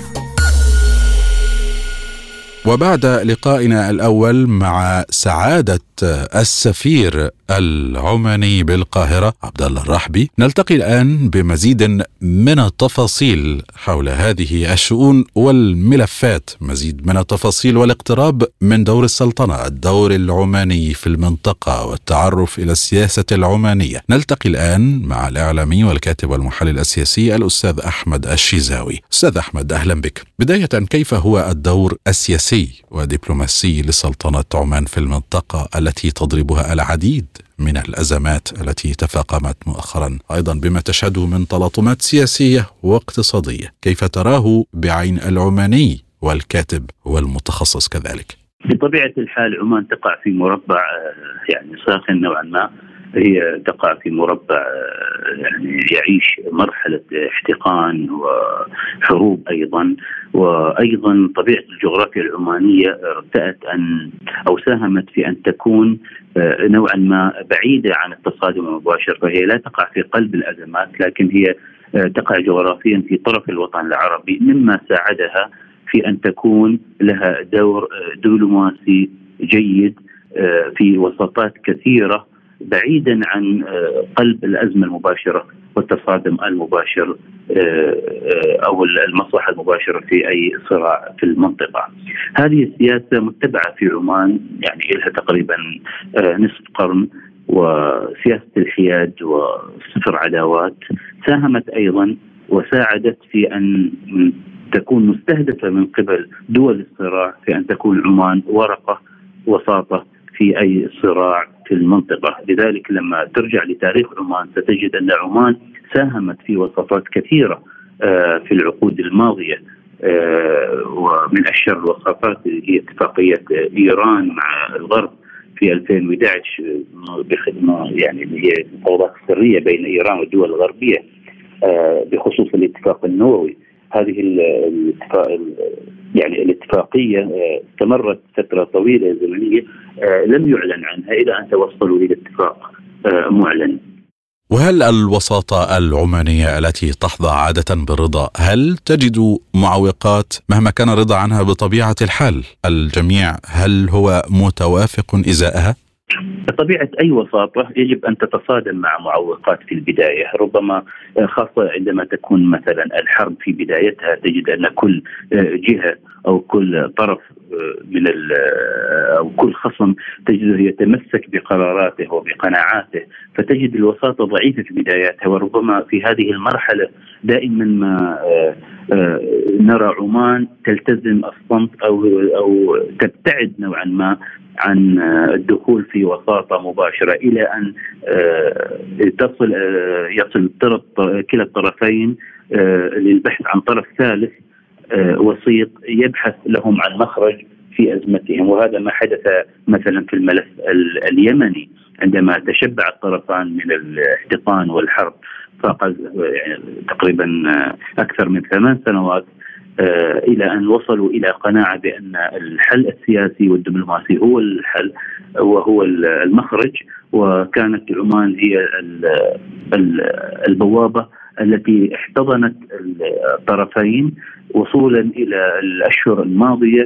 وبعد لقائنا الأول مع سعادة السفير العماني بالقاهرة عبد الله الرحبي، نلتقي الآن بمزيد من التفاصيل حول هذه الشؤون والملفات، مزيد من التفاصيل والاقتراب من دور السلطنة، الدور العماني في المنطقة والتعرف إلى السياسة العمانية. نلتقي الآن مع الإعلامي والكاتب والمحلل السياسي الأستاذ أحمد الشيزاوي. أستاذ أحمد، أهلا بك. بداية، كيف هو الدور السياسي ودبلوماسي لسلطنة عمان في المنطقة التي تضربها العديد من الأزمات التي تفاقمت مؤخرا، أيضا بما تشهده من تلاطمات سياسية واقتصادية؟ كيف تراه بعين العماني والكاتب والمتخصص كذلك؟ بطبيعة الحال عمان تقع في مربع يعني ساخن نوعا ما، هي تقع في مربع يعني يعيش مرحلة احتقان وحروب أيضا، وأيضا طبيعة الجغرافيا العمانية ارتأت أو ساهمت في أن تكون نوعا ما بعيدة عن التصادم المباشر، فهي لا تقع في قلب الأزمات، لكن هي تقع جغرافيا في طرف الوطن العربي، مما ساعدها في أن تكون لها دور دبلوماسي جيد في وساطات كثيرة بعيدا عن قلب الأزمة المباشرة والتصادم المباشر أو المصلحة المباشرة في أي صراع في المنطقة. هذه السياسة متبعة في عمان يعني لها تقريبا نصف قرن، وسياسة الحياد وصفر عداوات ساهمت أيضا وساعدت في أن تكون مستهدفة من قبل دول الصراع في أن تكون عمان ورقة وساطة في أي صراع في المنطقة. لذلك لما ترجع لتاريخ عمان ستجد أن عمان ساهمت في وساطات كثيرة في العقود الماضية، ومن أشهر الوساطات هي اتفاقية إيران مع الغرب في 2011 بخدمة يعني هي المفاوضات السرية بين إيران والدول الغربية بخصوص الاتفاق النووي. هذه الاتفاقية استمرت فترة طويلة زمنية لم يعلن عنها إلى أن توصلوا إلى اتفاق معلن. وهل الوساطة العمانية التي تحظى عادة بالرضا هل تجد معوقات مهما كان الرضا عنها بطبيعة الحال؟ الجميع هل هو متوافق إزاءها؟ بطبيعة أي وساطة يجب أن تتصادم مع معوقات في البداية، ربما خاصة عندما تكون مثلا الحرب في بدايتها تجد أن كل جهة أو كل طرف من أو كل خصم تجده يتمسك بقراراته وبقناعاته، فتجد الوساطة ضعيفة في بداياتها. وربما في هذه المرحلة دائما ما نرى عمان تلتزم الصمت أو تبتعد نوعا ما عن الدخول في وساطة مباشرة إلى أن يصل كلا الطرفين للبحث عن طرف ثالث وسيط يبحث لهم عن مخرج في أزمتهم. وهذا ما حدث مثلا في الملف اليمني عندما تشبع الطرفان من الاحتقان والحرب فاق تقريبا أكثر من 8 سنوات إلى أن وصلوا إلى قناعة بأن الحل السياسي والدبلوماسي هو الحل وهو المخرج، وكانت عمان هي البوابة التي احتضنت الطرفين وصولا إلى الأشهر الماضية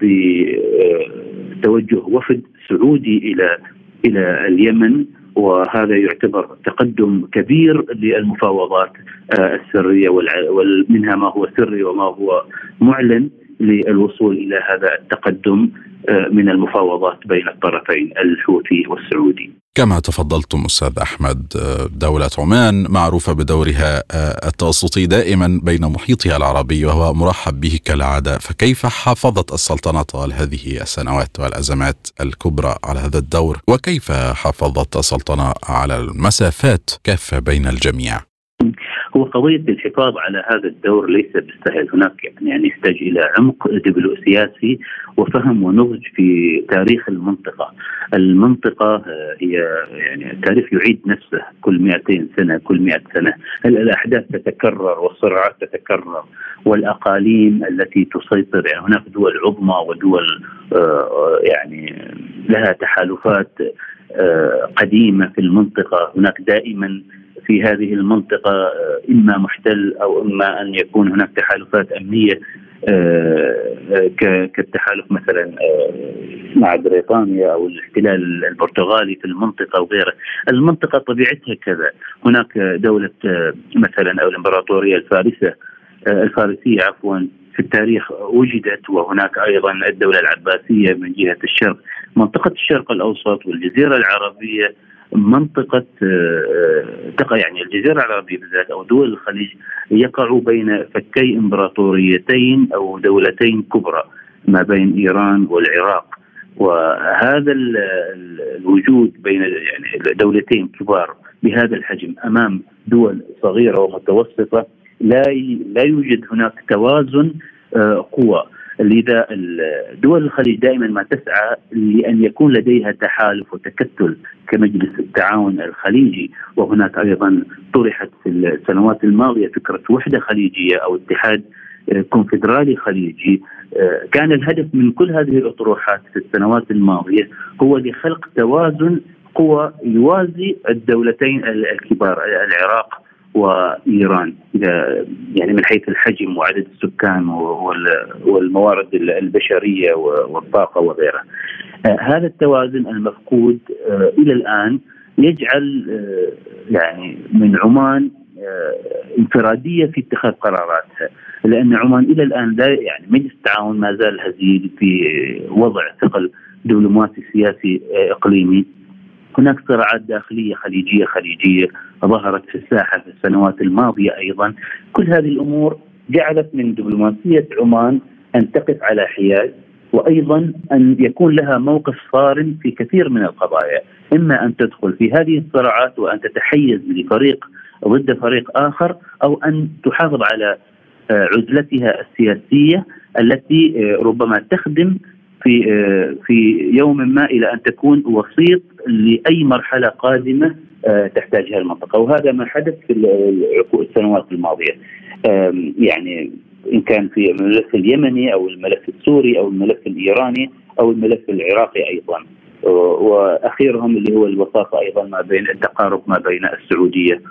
بتوجه وفد سعودي إلى اليمن، وهذا يعتبر تقدم كبير للمفاوضات السرية ومنها ما هو سري وما هو معلن للوصول إلى هذا التقدم من المفاوضات بين الطرفين الحوثي والسعودي. كما تفضلتم أستاذ أحمد، دولة عمان معروفة بدورها التوسطي دائما بين محيطها العربي وهو مرحب به كالعادة، فكيف حافظت السلطنة طوال هذه السنوات والأزمات الكبرى على هذا الدور، وكيف حافظت السلطنة على المسافات كافة بين الجميع؟ هو قضية الحفاظ على هذا الدور ليس بالسهل، هناك يعني يحتاج إلى عمق سياسي وفهم ونضج في تاريخ المنطقة هي يعني التاريخ يعيد نفسه كل 200 سنة كل 100 سنة، الأحداث تتكرر والصراعات تتكرر والأقاليم التي تسيطر، يعني هناك دول عظمى ودول يعني لها تحالفات قديمة في المنطقة. هناك دائما في هذه المنطقة إما محتل أو إما أن يكون هناك تحالفات أمنية كالتحالف مثلا مع بريطانيا أو الاحتلال البرتغالي في المنطقة وغيره. المنطقة طبيعتها كذا، هناك دولة مثلا أو الإمبراطورية الفارسية في التاريخ وجدت، وهناك أيضا الدولة العباسية من جهة الشرق. منطقة الشرق الأوسط والجزيرة العربية منطقة يعني الجزيرة العربية بالذات أو دول الخليج يقعوا بين فكي إمبراطوريتين أو دولتين كبرى ما بين إيران والعراق، وهذا الوجود بين يعني دولتين كبار بهذا الحجم أمام دول صغيرة ومتوسطة لا يوجد هناك توازن قوى. لذا دول الخليج دائما ما تسعى لأن يكون لديها تحالف وتكتل كمجلس التعاون الخليجي. وهناك أيضا طرحت في السنوات الماضية فكرة وحدة خليجية أو اتحاد كونفدرالي خليجي. كان الهدف من كل هذه الأطروحات في السنوات الماضية هو لخلق توازن قوى يوازي الدولتين الكبار العراق وإيران، يعني من حيث الحجم وعدد السكان والموارد البشرية والطاقة وغيرها. هذا التوازن المفقود إلى الآن يجعل يعني من عمان انفرادية في اتخاذ قراراتها، لأن عمان إلى الآن لا يعني مجلس التعاون ما زال هزيل في وضع ثقل دبلوماسي سياسي إقليمي. هناك صراعات داخلية خليجية ظهرت في الساحة في السنوات الماضية أيضا. كل هذه الأمور جعلت من دبلوماسية عمان أن تقف على حياد، وأيضا أن يكون لها موقف صارم في كثير من القضايا، إما أن تدخل في هذه الصراعات وأن تتحيز لفريق ضد فريق آخر، أو أن تحافظ على عزلتها السياسية التي ربما تخدم في يوم ما إلى أن تكون وسيط لأي مرحلة قادمة تحتاجها المنطقة. وهذا ما حدث في السنوات الماضية، يعني إن كان في الملف اليمني أو الملف السوري أو الملف الإيراني أو الملف العراقي أيضا، وأخيرهم اللي هو الوساطة أيضا ما بين التقارب ما بين السعودية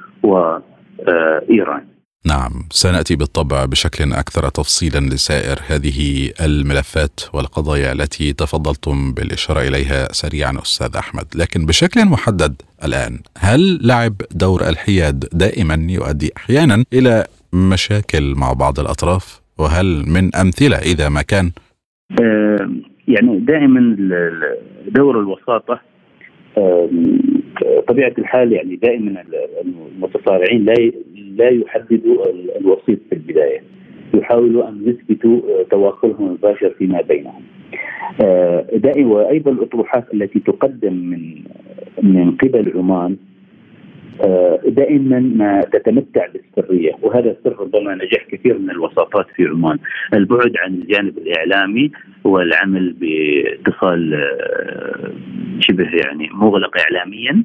وإيران. نعم، سنأتي بالطبع بشكل أكثر تفصيلا لسائر هذه الملفات والقضايا التي تفضلتم بالإشارة إليها سريعا أستاذ أحمد. لكن بشكل محدد الآن، هل لعب دور الحياد دائما يؤدي أحيانا إلى مشاكل مع بعض الأطراف؟ وهل من أمثلة إذا ما كان؟ يعني دائما دور الوساطة طبيعة الحال، يعني دائما المتصارعين لا يحددوا الوسيط في البداية، يحاولوا أن يثبتوا تواصلهم المباشر فيما بينهم. دائما وأيضا الأطروحات التي تقدم من قبل عمان دائما ما تتمتع بالسرية، وهذا السر ربما نجاح كثير من الوساطات في عمان، البعد عن الجانب الإعلامي والعمل باتصال شبه يعني مغلق إعلاميا،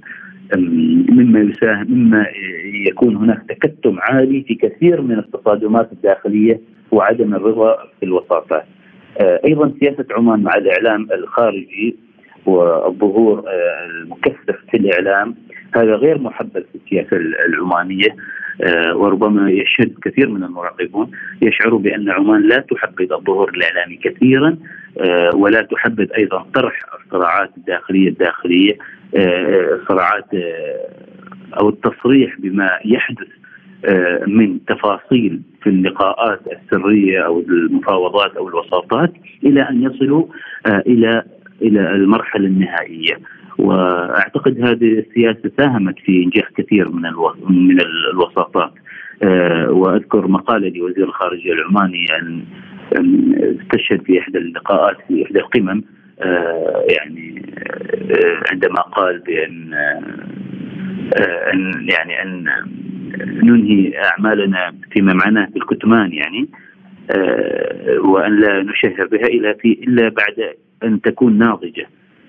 مما يكون هناك تكتم عالي في كثير من التصادمات الداخلية وعدم الرضا في الوساطات. أيضا سياسة عمان مع الإعلام الخارجي والظهور المكثف في الإعلام هذا غير محبب في السياسة العمانية، وربما يشهد كثير من المراقبون يشعروا بأن عمان لا تحبذ الظهور الإعلامي كثيرا، ولا تحبذ أيضا طرح الصراعات الداخلية صراعات أو التصريح بما يحدث من تفاصيل في اللقاءات السرية أو المفاوضات أو الوساطات إلى أن يصلوا إلى المرحلة النهائية. وأعتقد هذه السياسة ساهمت في إنجاح كثير من الوساطات. وأذكر مقالة لوزير الخارجية العماني أن استشهد في إحدى اللقاءات في إحدى القمم، يعني عندما قال بأن أن ننهي أعمالنا فيما معناه بالكتمان، يعني وأن لا نشهر بها إلا بعد أن تكون ناضجة،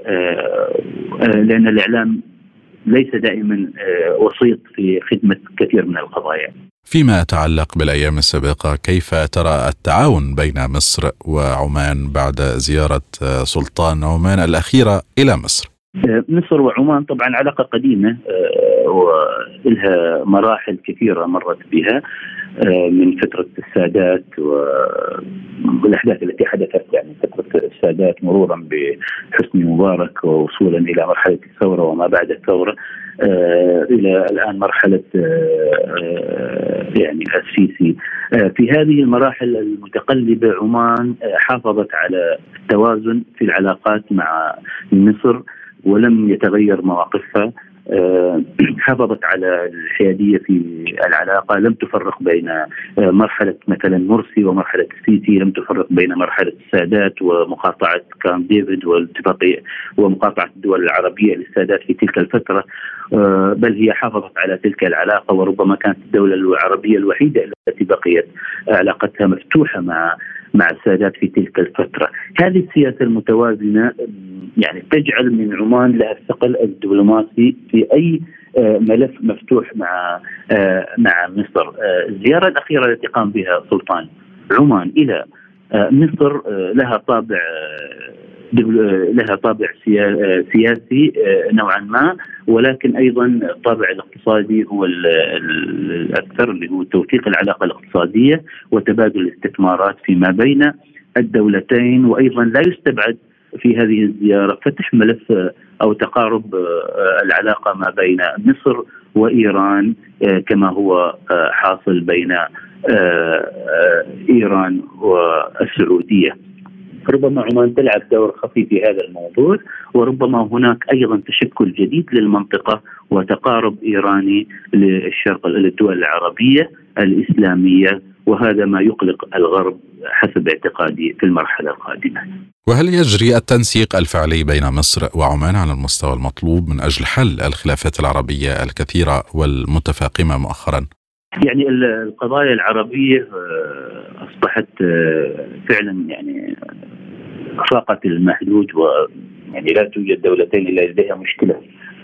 لأن الإعلام ليس دائما وسيط في خدمة كثير من القضايا. فيما يتعلق بالأيام السابقة، كيف ترى التعاون بين مصر وعمان بعد زيارة سلطان عمان الأخيرة إلى مصر؟ مصر وعمان طبعا علاقة قديمة وإلها مراحل كثيرة مرت بها، من فترة السادات والأحداث التي حدثت، يعني فترة السادات مرورا بحسني مبارك ووصولا إلى مرحلة الثورة وما بعد الثورة، إلى الآن مرحلة يعني السيسي. في هذه المراحل المتقلبة عمان حافظت على التوازن في العلاقات مع مصر ولم يتغير مواقفها، حافظت على الحيادية في العلاقة، لم تفرق بين مرحلة مثلا مرسي ومرحلة السيسي، لم تفرق بين مرحلة السادات ومقاطعة كامب ديفيد والاتفاقية ومقاطعة الدول العربية للسادات في تلك الفترة، بل هي حافظت على تلك العلاقة، وربما كانت الدولة العربية الوحيدة التي بقيت علاقتها مفتوحة مع السادات في تلك الفترة. هذه السياسة المتوازنة يعني تجعل من عمان لها الثقل الدبلوماسي في أي ملف مفتوح مع مصر. الزيارة الأخيرة التي قام بها سلطان عمان إلى مصر لها طابع سياسي نوعا ما، ولكن أيضا الطابع الاقتصادي هو الأكثر، اللي هو توثيق العلاقة الاقتصادية وتبادل الاستثمارات فيما بين الدولتين. وأيضا لا يستبعد في هذه الزيارة فتح ملف أو تقارب العلاقة ما بين مصر وإيران كما هو حاصل بين إيران والسعودية. ربما عمان تلعب دور خفي في هذا الموضوع، وربما هناك أيضا تشكل جديد للمنطقة وتقارب إيراني للدول العربية الإسلامية، وهذا ما يقلق الغرب حسب اعتقادي في المرحلة القادمة. وهل يجري التنسيق الفعلي بين مصر وعمان على المستوى المطلوب من أجل حل الخلافات العربية الكثيرة والمتفاقمة مؤخرا؟ يعني القضايا العربية أصبحت فعلا يعني فاقت المحدود، ويعني لا توجد دولتين إلا لديها مشكلة.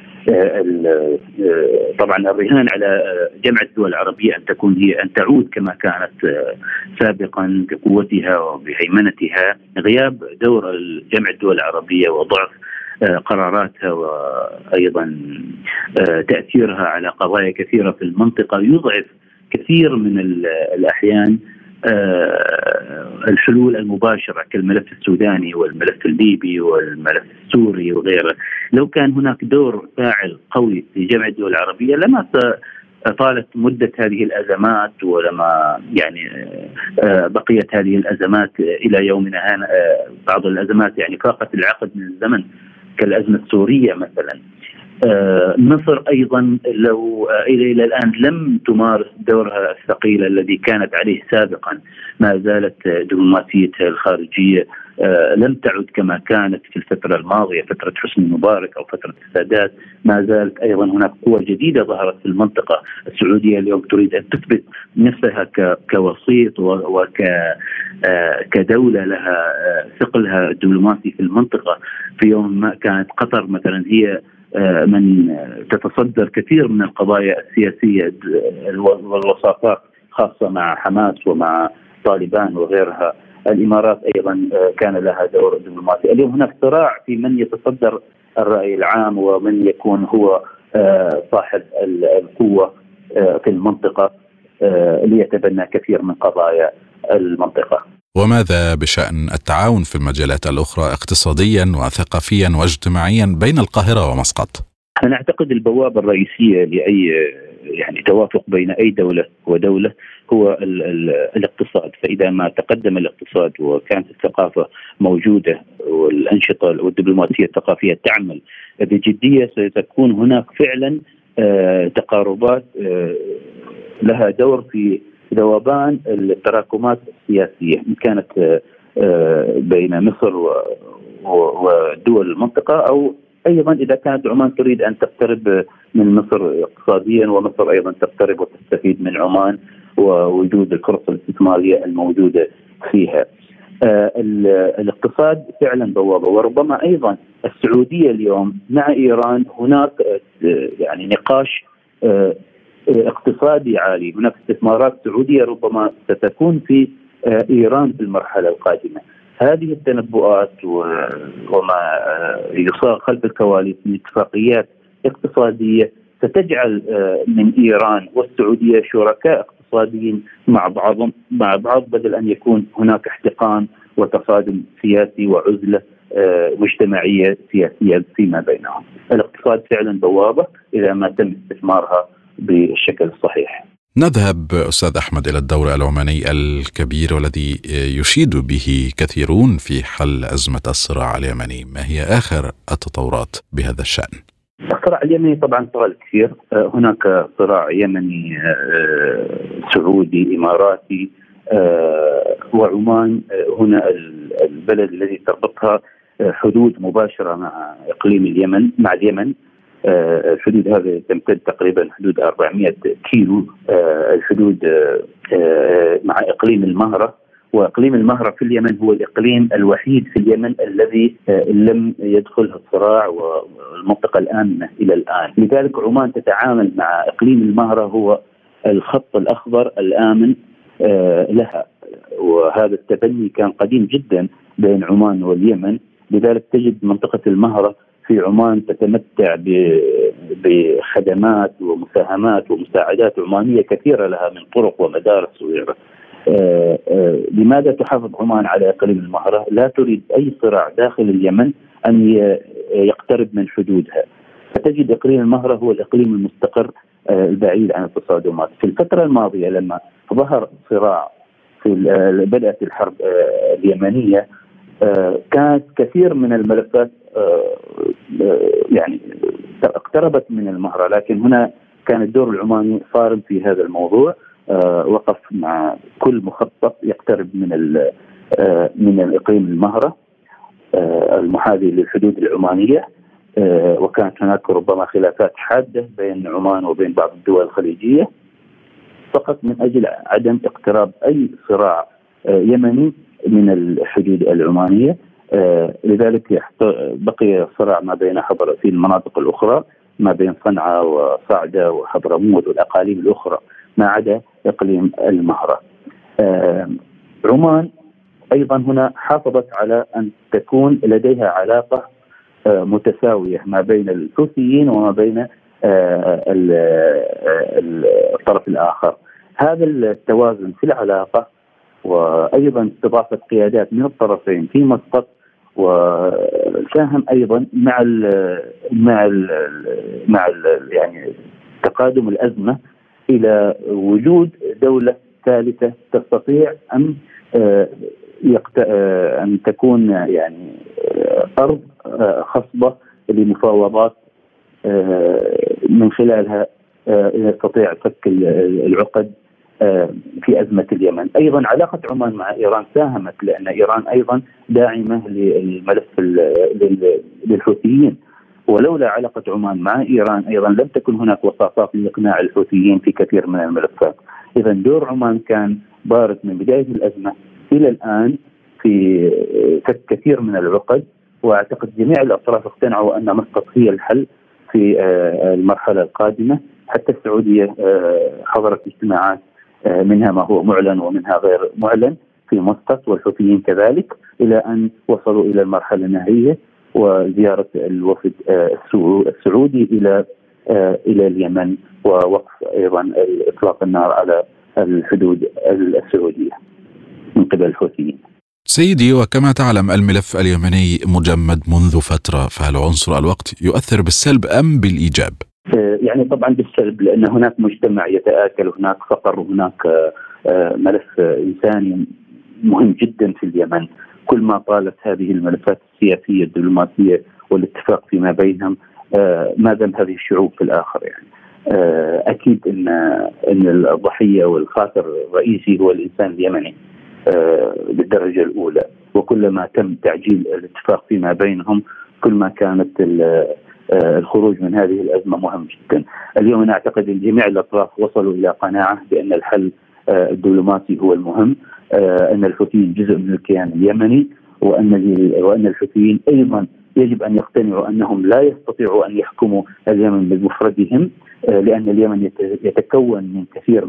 طبعا الرهان على جامعة الدول العربية أن تكون هي أن تعود كما كانت سابقا بقوتها وبهيمنتها. غياب دور جامعة الدول العربية وضعف قراراتها وأيضا تأثيرها على قضايا كثيرة في المنطقة يضعف كثير من الأحيان الحلول المباشرة كالملف السوداني والملف الليبي والملف السوري وغيره. لو كان هناك دور فاعل قوي في جامعة الدول العربية لما طالت مدة هذه الأزمات، ولما يعني بقيت هذه الأزمات إلى يومنا هذا. بعض الأزمات يعني فاقت العقد من الزمن كالأزمة السورية مثلا. مصر أيضا لو إلى الآن لم تمارس دورها الثقيل الذي كانت عليه سابقا، ما زالت دبلوماسيتها الخارجية لم تعد كما كانت في الفترة الماضية، فترة حسني مبارك أو فترة السادات. ما زالت أيضا هناك قوة جديدة ظهرت في المنطقة. السعودية اليوم تريد أن تثبت نفسها كوسيط وكدولة لها ثقلها الدبلوماسي في المنطقة. في يوم ما كانت قطر مثلا هي من تتصدر كثير من القضايا السياسية والوساطات خاصة مع حماس ومع طالبان وغيرها. الإمارات أيضا كان لها دور دبلوماسي. اليوم هناك صراع في من يتصدر الرأي العام ومن يكون هو صاحب القوة في المنطقة ليتبنى كثير من قضايا المنطقة. وماذا بشأن التعاون في المجالات الأخرى اقتصاديا وثقافيا واجتماعيا بين القاهرة ومسقط؟ أنا أعتقد البوابة الرئيسية لأي يعني توافق بين أي دولة ودولة هو الاقتصاد. فإذا ما تقدم الاقتصاد وكانت الثقافة موجودة والأنشطة والدبلوماسية الثقافية تعمل بجدية، ستكون هناك فعلا تقاربات لها دور في ذوبان التراكمات السياسية إن كانت بين مصر ودول المنطقة، أو أيضا إذا كانت عمان تريد أن تقترب من مصر اقتصاديا ومصر أيضا تقترب وتستفيد من عمان ووجود الفرص الاستثمارية الموجودة فيها. الاقتصاد فعلا بوابة. وربما أيضا السعودية اليوم مع إيران هناك يعني نقاش اقتصادي عالي. هناك استثمارات سعودية ربما ستكون في إيران في المرحلة القادمة. هذه التنبؤات وما يصاغ خلف الكواليس من اتفاقيات اقتصادية ستجعل من إيران والسعودية شركاء اقتصاديين مع بعض بدل أن يكون هناك احتقان وتصادم سياسي وعزلة مجتمعية سياسية فيما بينهم. الاقتصاد فعلا بوابة إذا ما تم استثمارها بالشكل الصحيح. نذهب أستاذ أحمد إلى الدور العماني الكبير والذي يشيد به كثيرون في حل أزمة الصراع اليمني. ما هي آخر التطورات بهذا الشأن؟ الصراع اليمني طبعا طال كثير. هناك صراع يمني سعودي إماراتي وعمان هنا البلد الذي تربطها حدود مباشرة مع إقليم اليمن مع اليمن. الحدود هذه تمتد تقريبا حدود 400 كيلو. الحدود مع إقليم المهرة وإقليم المهرة في اليمن هو الإقليم الوحيد في اليمن الذي لم يدخله الصراع والمنطقة الآمنة إلى الآن. لذلك عمان تتعامل مع إقليم المهرة هو الخط الأخضر الآمن لها، وهذا التبني كان قديم جدا بين عمان واليمن. لذلك تجد منطقة المهرة في عمان تتمتع بخدمات ومساهمات ومساعدات عمانية كثيرة لها من طرق ومدارس وغيرها. لماذا تحافظ عمان على إقليم المهرة؟ لا تريد أي صراع داخل اليمن أن يقترب من حدودها، فتجد إقليم المهرة هو الإقليم المستقر البعيد عن التصادمات. في الفترة الماضية لما ظهر صراع بدأت الحرب اليمنية، كانت كثير من الملفات يعني اقتربت من المهرة، لكن هنا كان الدور العماني صارم في هذا الموضوع. وقف مع كل مخطط يقترب من الإقليم المهرة المحاذي للحدود العمانية، وكانت هناك ربما خلافات حادة بين عمان وبين بعض الدول الخليجية فقط من أجل عدم اقتراب أي صراع يمني من الحدود العمانية. لذلك بقي صراع ما بين في المناطق الأخرى ما بين صنعاء وصعدة وحضرموت والأقاليم الأخرى ما عدا إقليم المهرة. عمان أيضا هنا حافظت على أن تكون لديها علاقة متساوية ما بين الحوثيين وما بين الطرف الآخر. هذا التوازن في العلاقة وأيضا استضافة قيادات من الطرفين في مسقط، وساهم أيضا مع يعني تقادم الأزمة إلى وجود دولة ثالثة تستطيع أن تكون يعني أرض خصبة لمفاوضات من خلالها يستطيع فك العقد في أزمة اليمن. أيضا علاقة عمان مع إيران ساهمت، لأن إيران أيضا داعمة للملف للحوثيين، ولولا علاقة عمان مع إيران أيضا لم تكن هناك وساطات لإقناع الحوثيين في كثير من الملفات. إذا دور عمان كان بارز من بداية الأزمة إلى الآن في فك كثير من العقد، وأعتقد جميع الأطراف اقتنعوا أن مسقط هي الحل في المرحلة القادمة. حتى السعودية حضرت اجتماعات منها ما هو معلن ومنها غير معلن في مسقط، والحوثيين كذلك، إلى أن وصلوا إلى المرحلة النهائية وزيارة الوفد السعودي إلى اليمن، ووقف أيضا إطلاق النار على الحدود السعودية من قبل الحوثيين. سيدي، وكما تعلم الملف اليمني مجمد منذ فترة، فهل عنصر الوقت يؤثر بالسلب أم بالإيجاب؟ يعني طبعا بالسلب، لأن هناك مجتمع يتآكل وهناك فقر وهناك ملف إنساني مهم جدا في اليمن. كل ما طالت هذه الملفات السياسية الدبلوماسية والاتفاق فيما بينهم ما دام هذه الشعوب في الآخر. يعني أكيد أن الضحية والخاسر الرئيسي هو الإنسان اليمني بالدرجة الأولى، وكلما تم تعجيل الاتفاق فيما بينهم كل ما كانت الخروج من هذه الأزمة مهم جدا. اليوم أنا أعتقد أن جميع الأطراف وصلوا إلى قناعة بأن الحل الدبلوماسي هو المهم، أن الحوثيين جزء من الكيان اليمني، وأن الحوثيين أيضا يجب أن يقتنعوا أنهم لا يستطيعوا أن يحكموا اليمن بمفردهم، لأن اليمن يتكون من كثير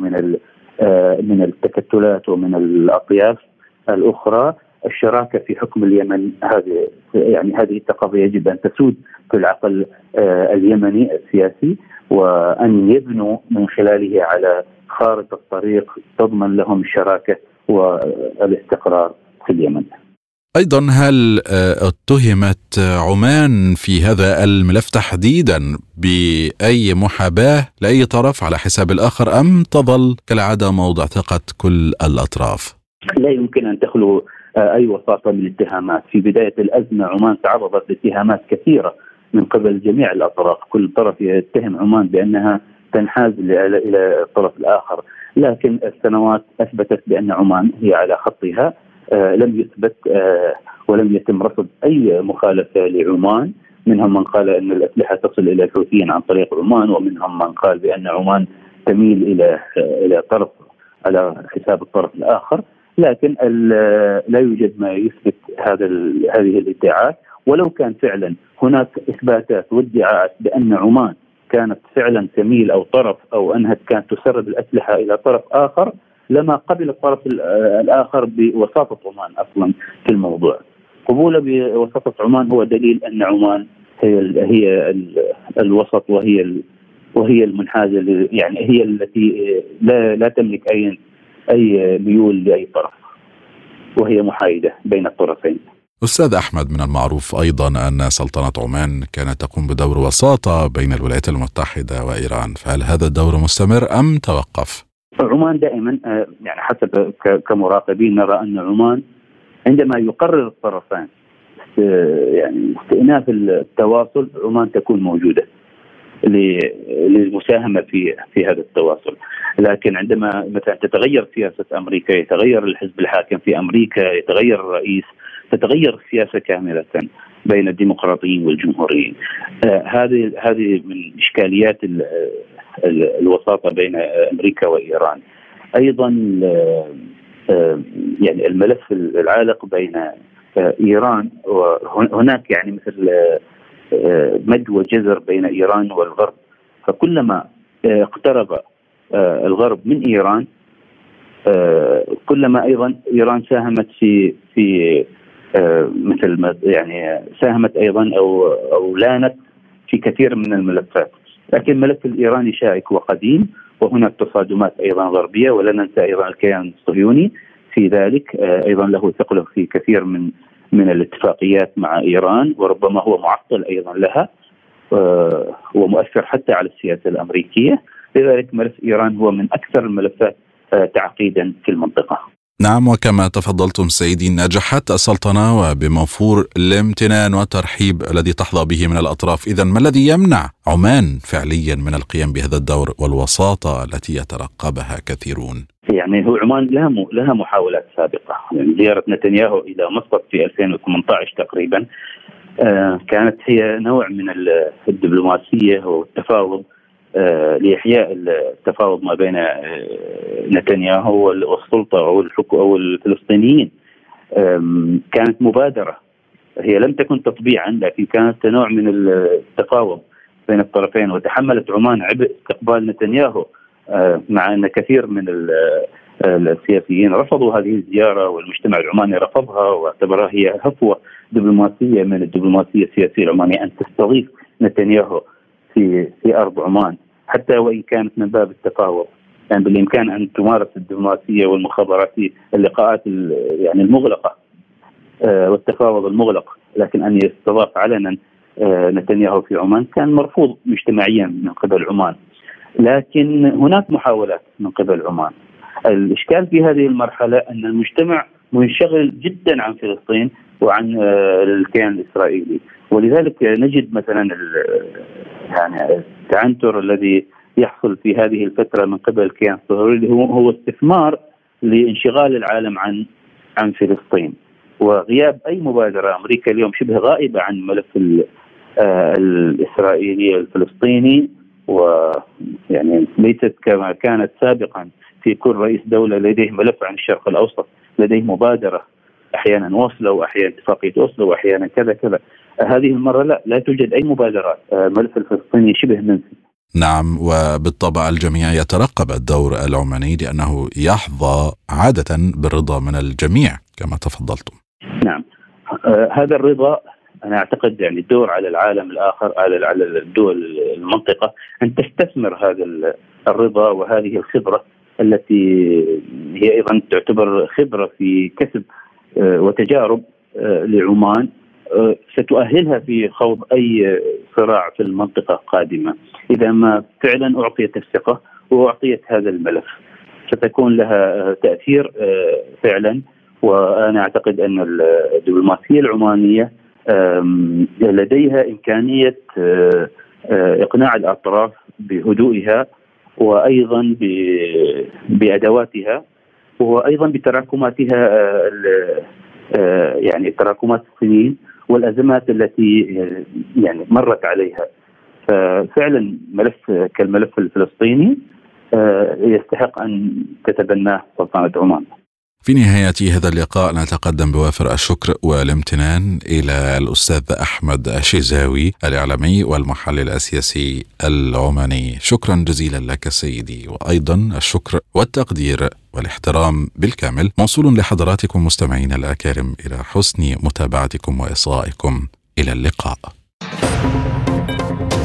من التكتلات ومن الأطياف الأخرى. الشراكة في حكم اليمن هذه الثقافة يجب أن تسود في العقل اليمني السياسي، وأن يبنوا من خلاله على خارطة طريق تضمن لهم الشراكة والاستقرار في اليمن. أيضا هل اتهمت عمان في هذا الملف تحديدا بأي محاباة لأي طرف على حساب الآخر، أم تظل كالعادة موضع ثقة كل الأطراف؟ لا يمكن أن تخلو أي وساطة من الاتهامات. في بداية الأزمة عمان تعرضت لاتهامات كثيرة من قبل جميع الأطراف، كل طرف يتهم عمان بأنها تنحاز إلى الطرف الآخر، لكن السنوات أثبتت بأن عمان هي على خطها. لم يثبت ولم يتم رصد أي مخالفة لعمان. منهم من قال أن الأسلحة تصل إلى الحوثيين عن طريق عمان، ومنهم من قال بأن عمان تميل إلى طرف على حساب الطرف الآخر. لكن لا يوجد ما يثبت هذه الادعاءات. ولو كان فعلا هناك إثباتات وادعاءات بأن عمان كانت فعلا تميل أو طرف أو أنها كانت تسرب الأسلحة إلى طرف آخر، لما قبل الطرف الآخر بوساطة عمان أصلا في الموضوع. قبوله بوساطة عمان هو دليل أن عمان هي الوسط، وهي المنحازة، يعني هي التي لا تملك أي ميول لأي طرف، وهي محايدة بين الطرفين. أستاذ أحمد، من المعروف أيضا أن سلطنة عمان كانت تقوم بدور وساطة بين الولايات المتحدة وإيران، فهل هذا الدور مستمر أم توقف؟ عمان دائما يعني حسب كمراقبين نرى أن عمان عندما يقرر الطرفان يعني استئناف التواصل، عمان تكون موجودة للمساهمة في هذا التواصل. لكن عندما مثلا تتغير سياسة أمريكا، يتغير الحزب الحاكم في أمريكا، يتغير الرئيس، تتغير السياسة كاملة بين الديمقراطيين والجمهوريين. هذه من إشكاليات الوساطة بين أمريكا وإيران. أيضا يعني الملف العالق بين إيران، وهناك يعني مثل مد وجزر بين إيران والغرب، فكلما اقترب الغرب من إيران كلما أيضا إيران ساهمت في مثل يعني ساهمت أيضا أو لانت في كثير من الملفات. لكن الملف الإيراني شائك وقديم، وهناك تصادمات أيضا غربية، ولا ننسى أيضا الكيان الصهيوني في ذلك أيضا له ثقله في كثير من الاتفاقيات مع إيران، وربما هو معطل أيضا لها ومؤثر حتى على السياسة الأمريكية. لذلك ملف إيران هو من أكثر الملفات تعقيدا في المنطقة. نعم، وكما تفضلتم سيدي، نجحت السلطنة وبموفور الامتنان والترحيب الذي تحظى به من الأطراف. إذن ما الذي يمنع عمان فعليا من القيام بهذا الدور والوساطة التي يترقبها كثيرون؟ يعني هو عمان لها محاولات سابقة. يعني زيارة نتنياهو إلى مسقط في 2018 تقريبا كانت هي نوع من الدبلوماسية والتفاوض لإحياء التفاوض ما بين نتنياهو والسلطة أو الفلسطينيين. كانت مبادرة، هي لم تكن تطبيعا، لكن كانت نوع من التفاوض بين الطرفين. وتحملت عمان عبء استقبال نتنياهو، مع أن كثير من السياسيين رفضوا هذه الزيارة، والمجتمع العماني رفضها واعتبرها هي هفوة دبلوماسية من الدبلوماسية السياسية العمانية أن تستضيف نتنياهو في أرض عمان، حتى وإن كانت من باب التفاوض. يعني بالإمكان أن تمارس الدبلوماسية والمخابراتية اللقاءات يعني المغلقة والتفاوض المغلق، لكن أن يستضاف علنا نتنياهو في عمان كان مرفوض مجتمعيا من قبل عمان. لكن هناك محاولات من قبل عمان. الإشكال في هذه المرحلة أن المجتمع منشغل جدا عن فلسطين وعن الكيان الإسرائيلي، ولذلك نجد مثلا يعني التعنتر الذي يحصل في هذه الفترة من قبل الكيان الصهيوني هو استثمار لانشغال العالم عن فلسطين، وغياب أي مبادرة. أمريكا اليوم شبه غائبة عن ملف الإسرائيلي الفلسطيني، ويعني ليست كما كانت سابقا في كل رئيس دولة لديه ملف عن الشرق الأوسط، لديه مبادرة، أحيانا أوسلو وأحيانا اتفاقية أوسلو وأحيانا كذا كذا. هذه المرة لا توجد أي مبادرات. ملف الفلسطيني شبه منسي. نعم، وبالطبع الجميع يترقب الدور العماني لأنه يحظى عادة بالرضا من الجميع كما تفضلتم. نعم، هذا الرضا أنا أعتقد يعني الدور على العالم الآخر، على الدول المنطقة أن تستثمر هذا الرضا وهذه الخبرة التي هي أيضا تعتبر خبرة في كسب وتجارب لعمان، ستؤهلها في خوض أي صراع في المنطقة قادمة. إذا ما فعلا أعطيت الثقة وأعطيت هذا الملف ستكون لها تأثير فعلا. وأنا أعتقد أن الدبلوماسية العمانية لديها إمكانية إقناع الأطراف بهدوئها، وأيضا بأدواتها، وأيضا بتراكماتها، يعني تراكمات السنين والأزمات التي يعني مرت عليها. ففعلا ملف كالملف الفلسطيني يستحق أن تتبناه سلطنة عمان. في نهاية هذا اللقاء نتقدم بوافر الشكر والامتنان إلى الأستاذ أحمد الشيزاوي الإعلامي والمحلل السياسي العماني. شكرا جزيلا لك سيدي، وأيضا الشكر والتقدير والاحترام بالكامل موصول لحضراتكم مستمعين الأكارم إلى حسن متابعتكم وإصغائكم. إلى اللقاء.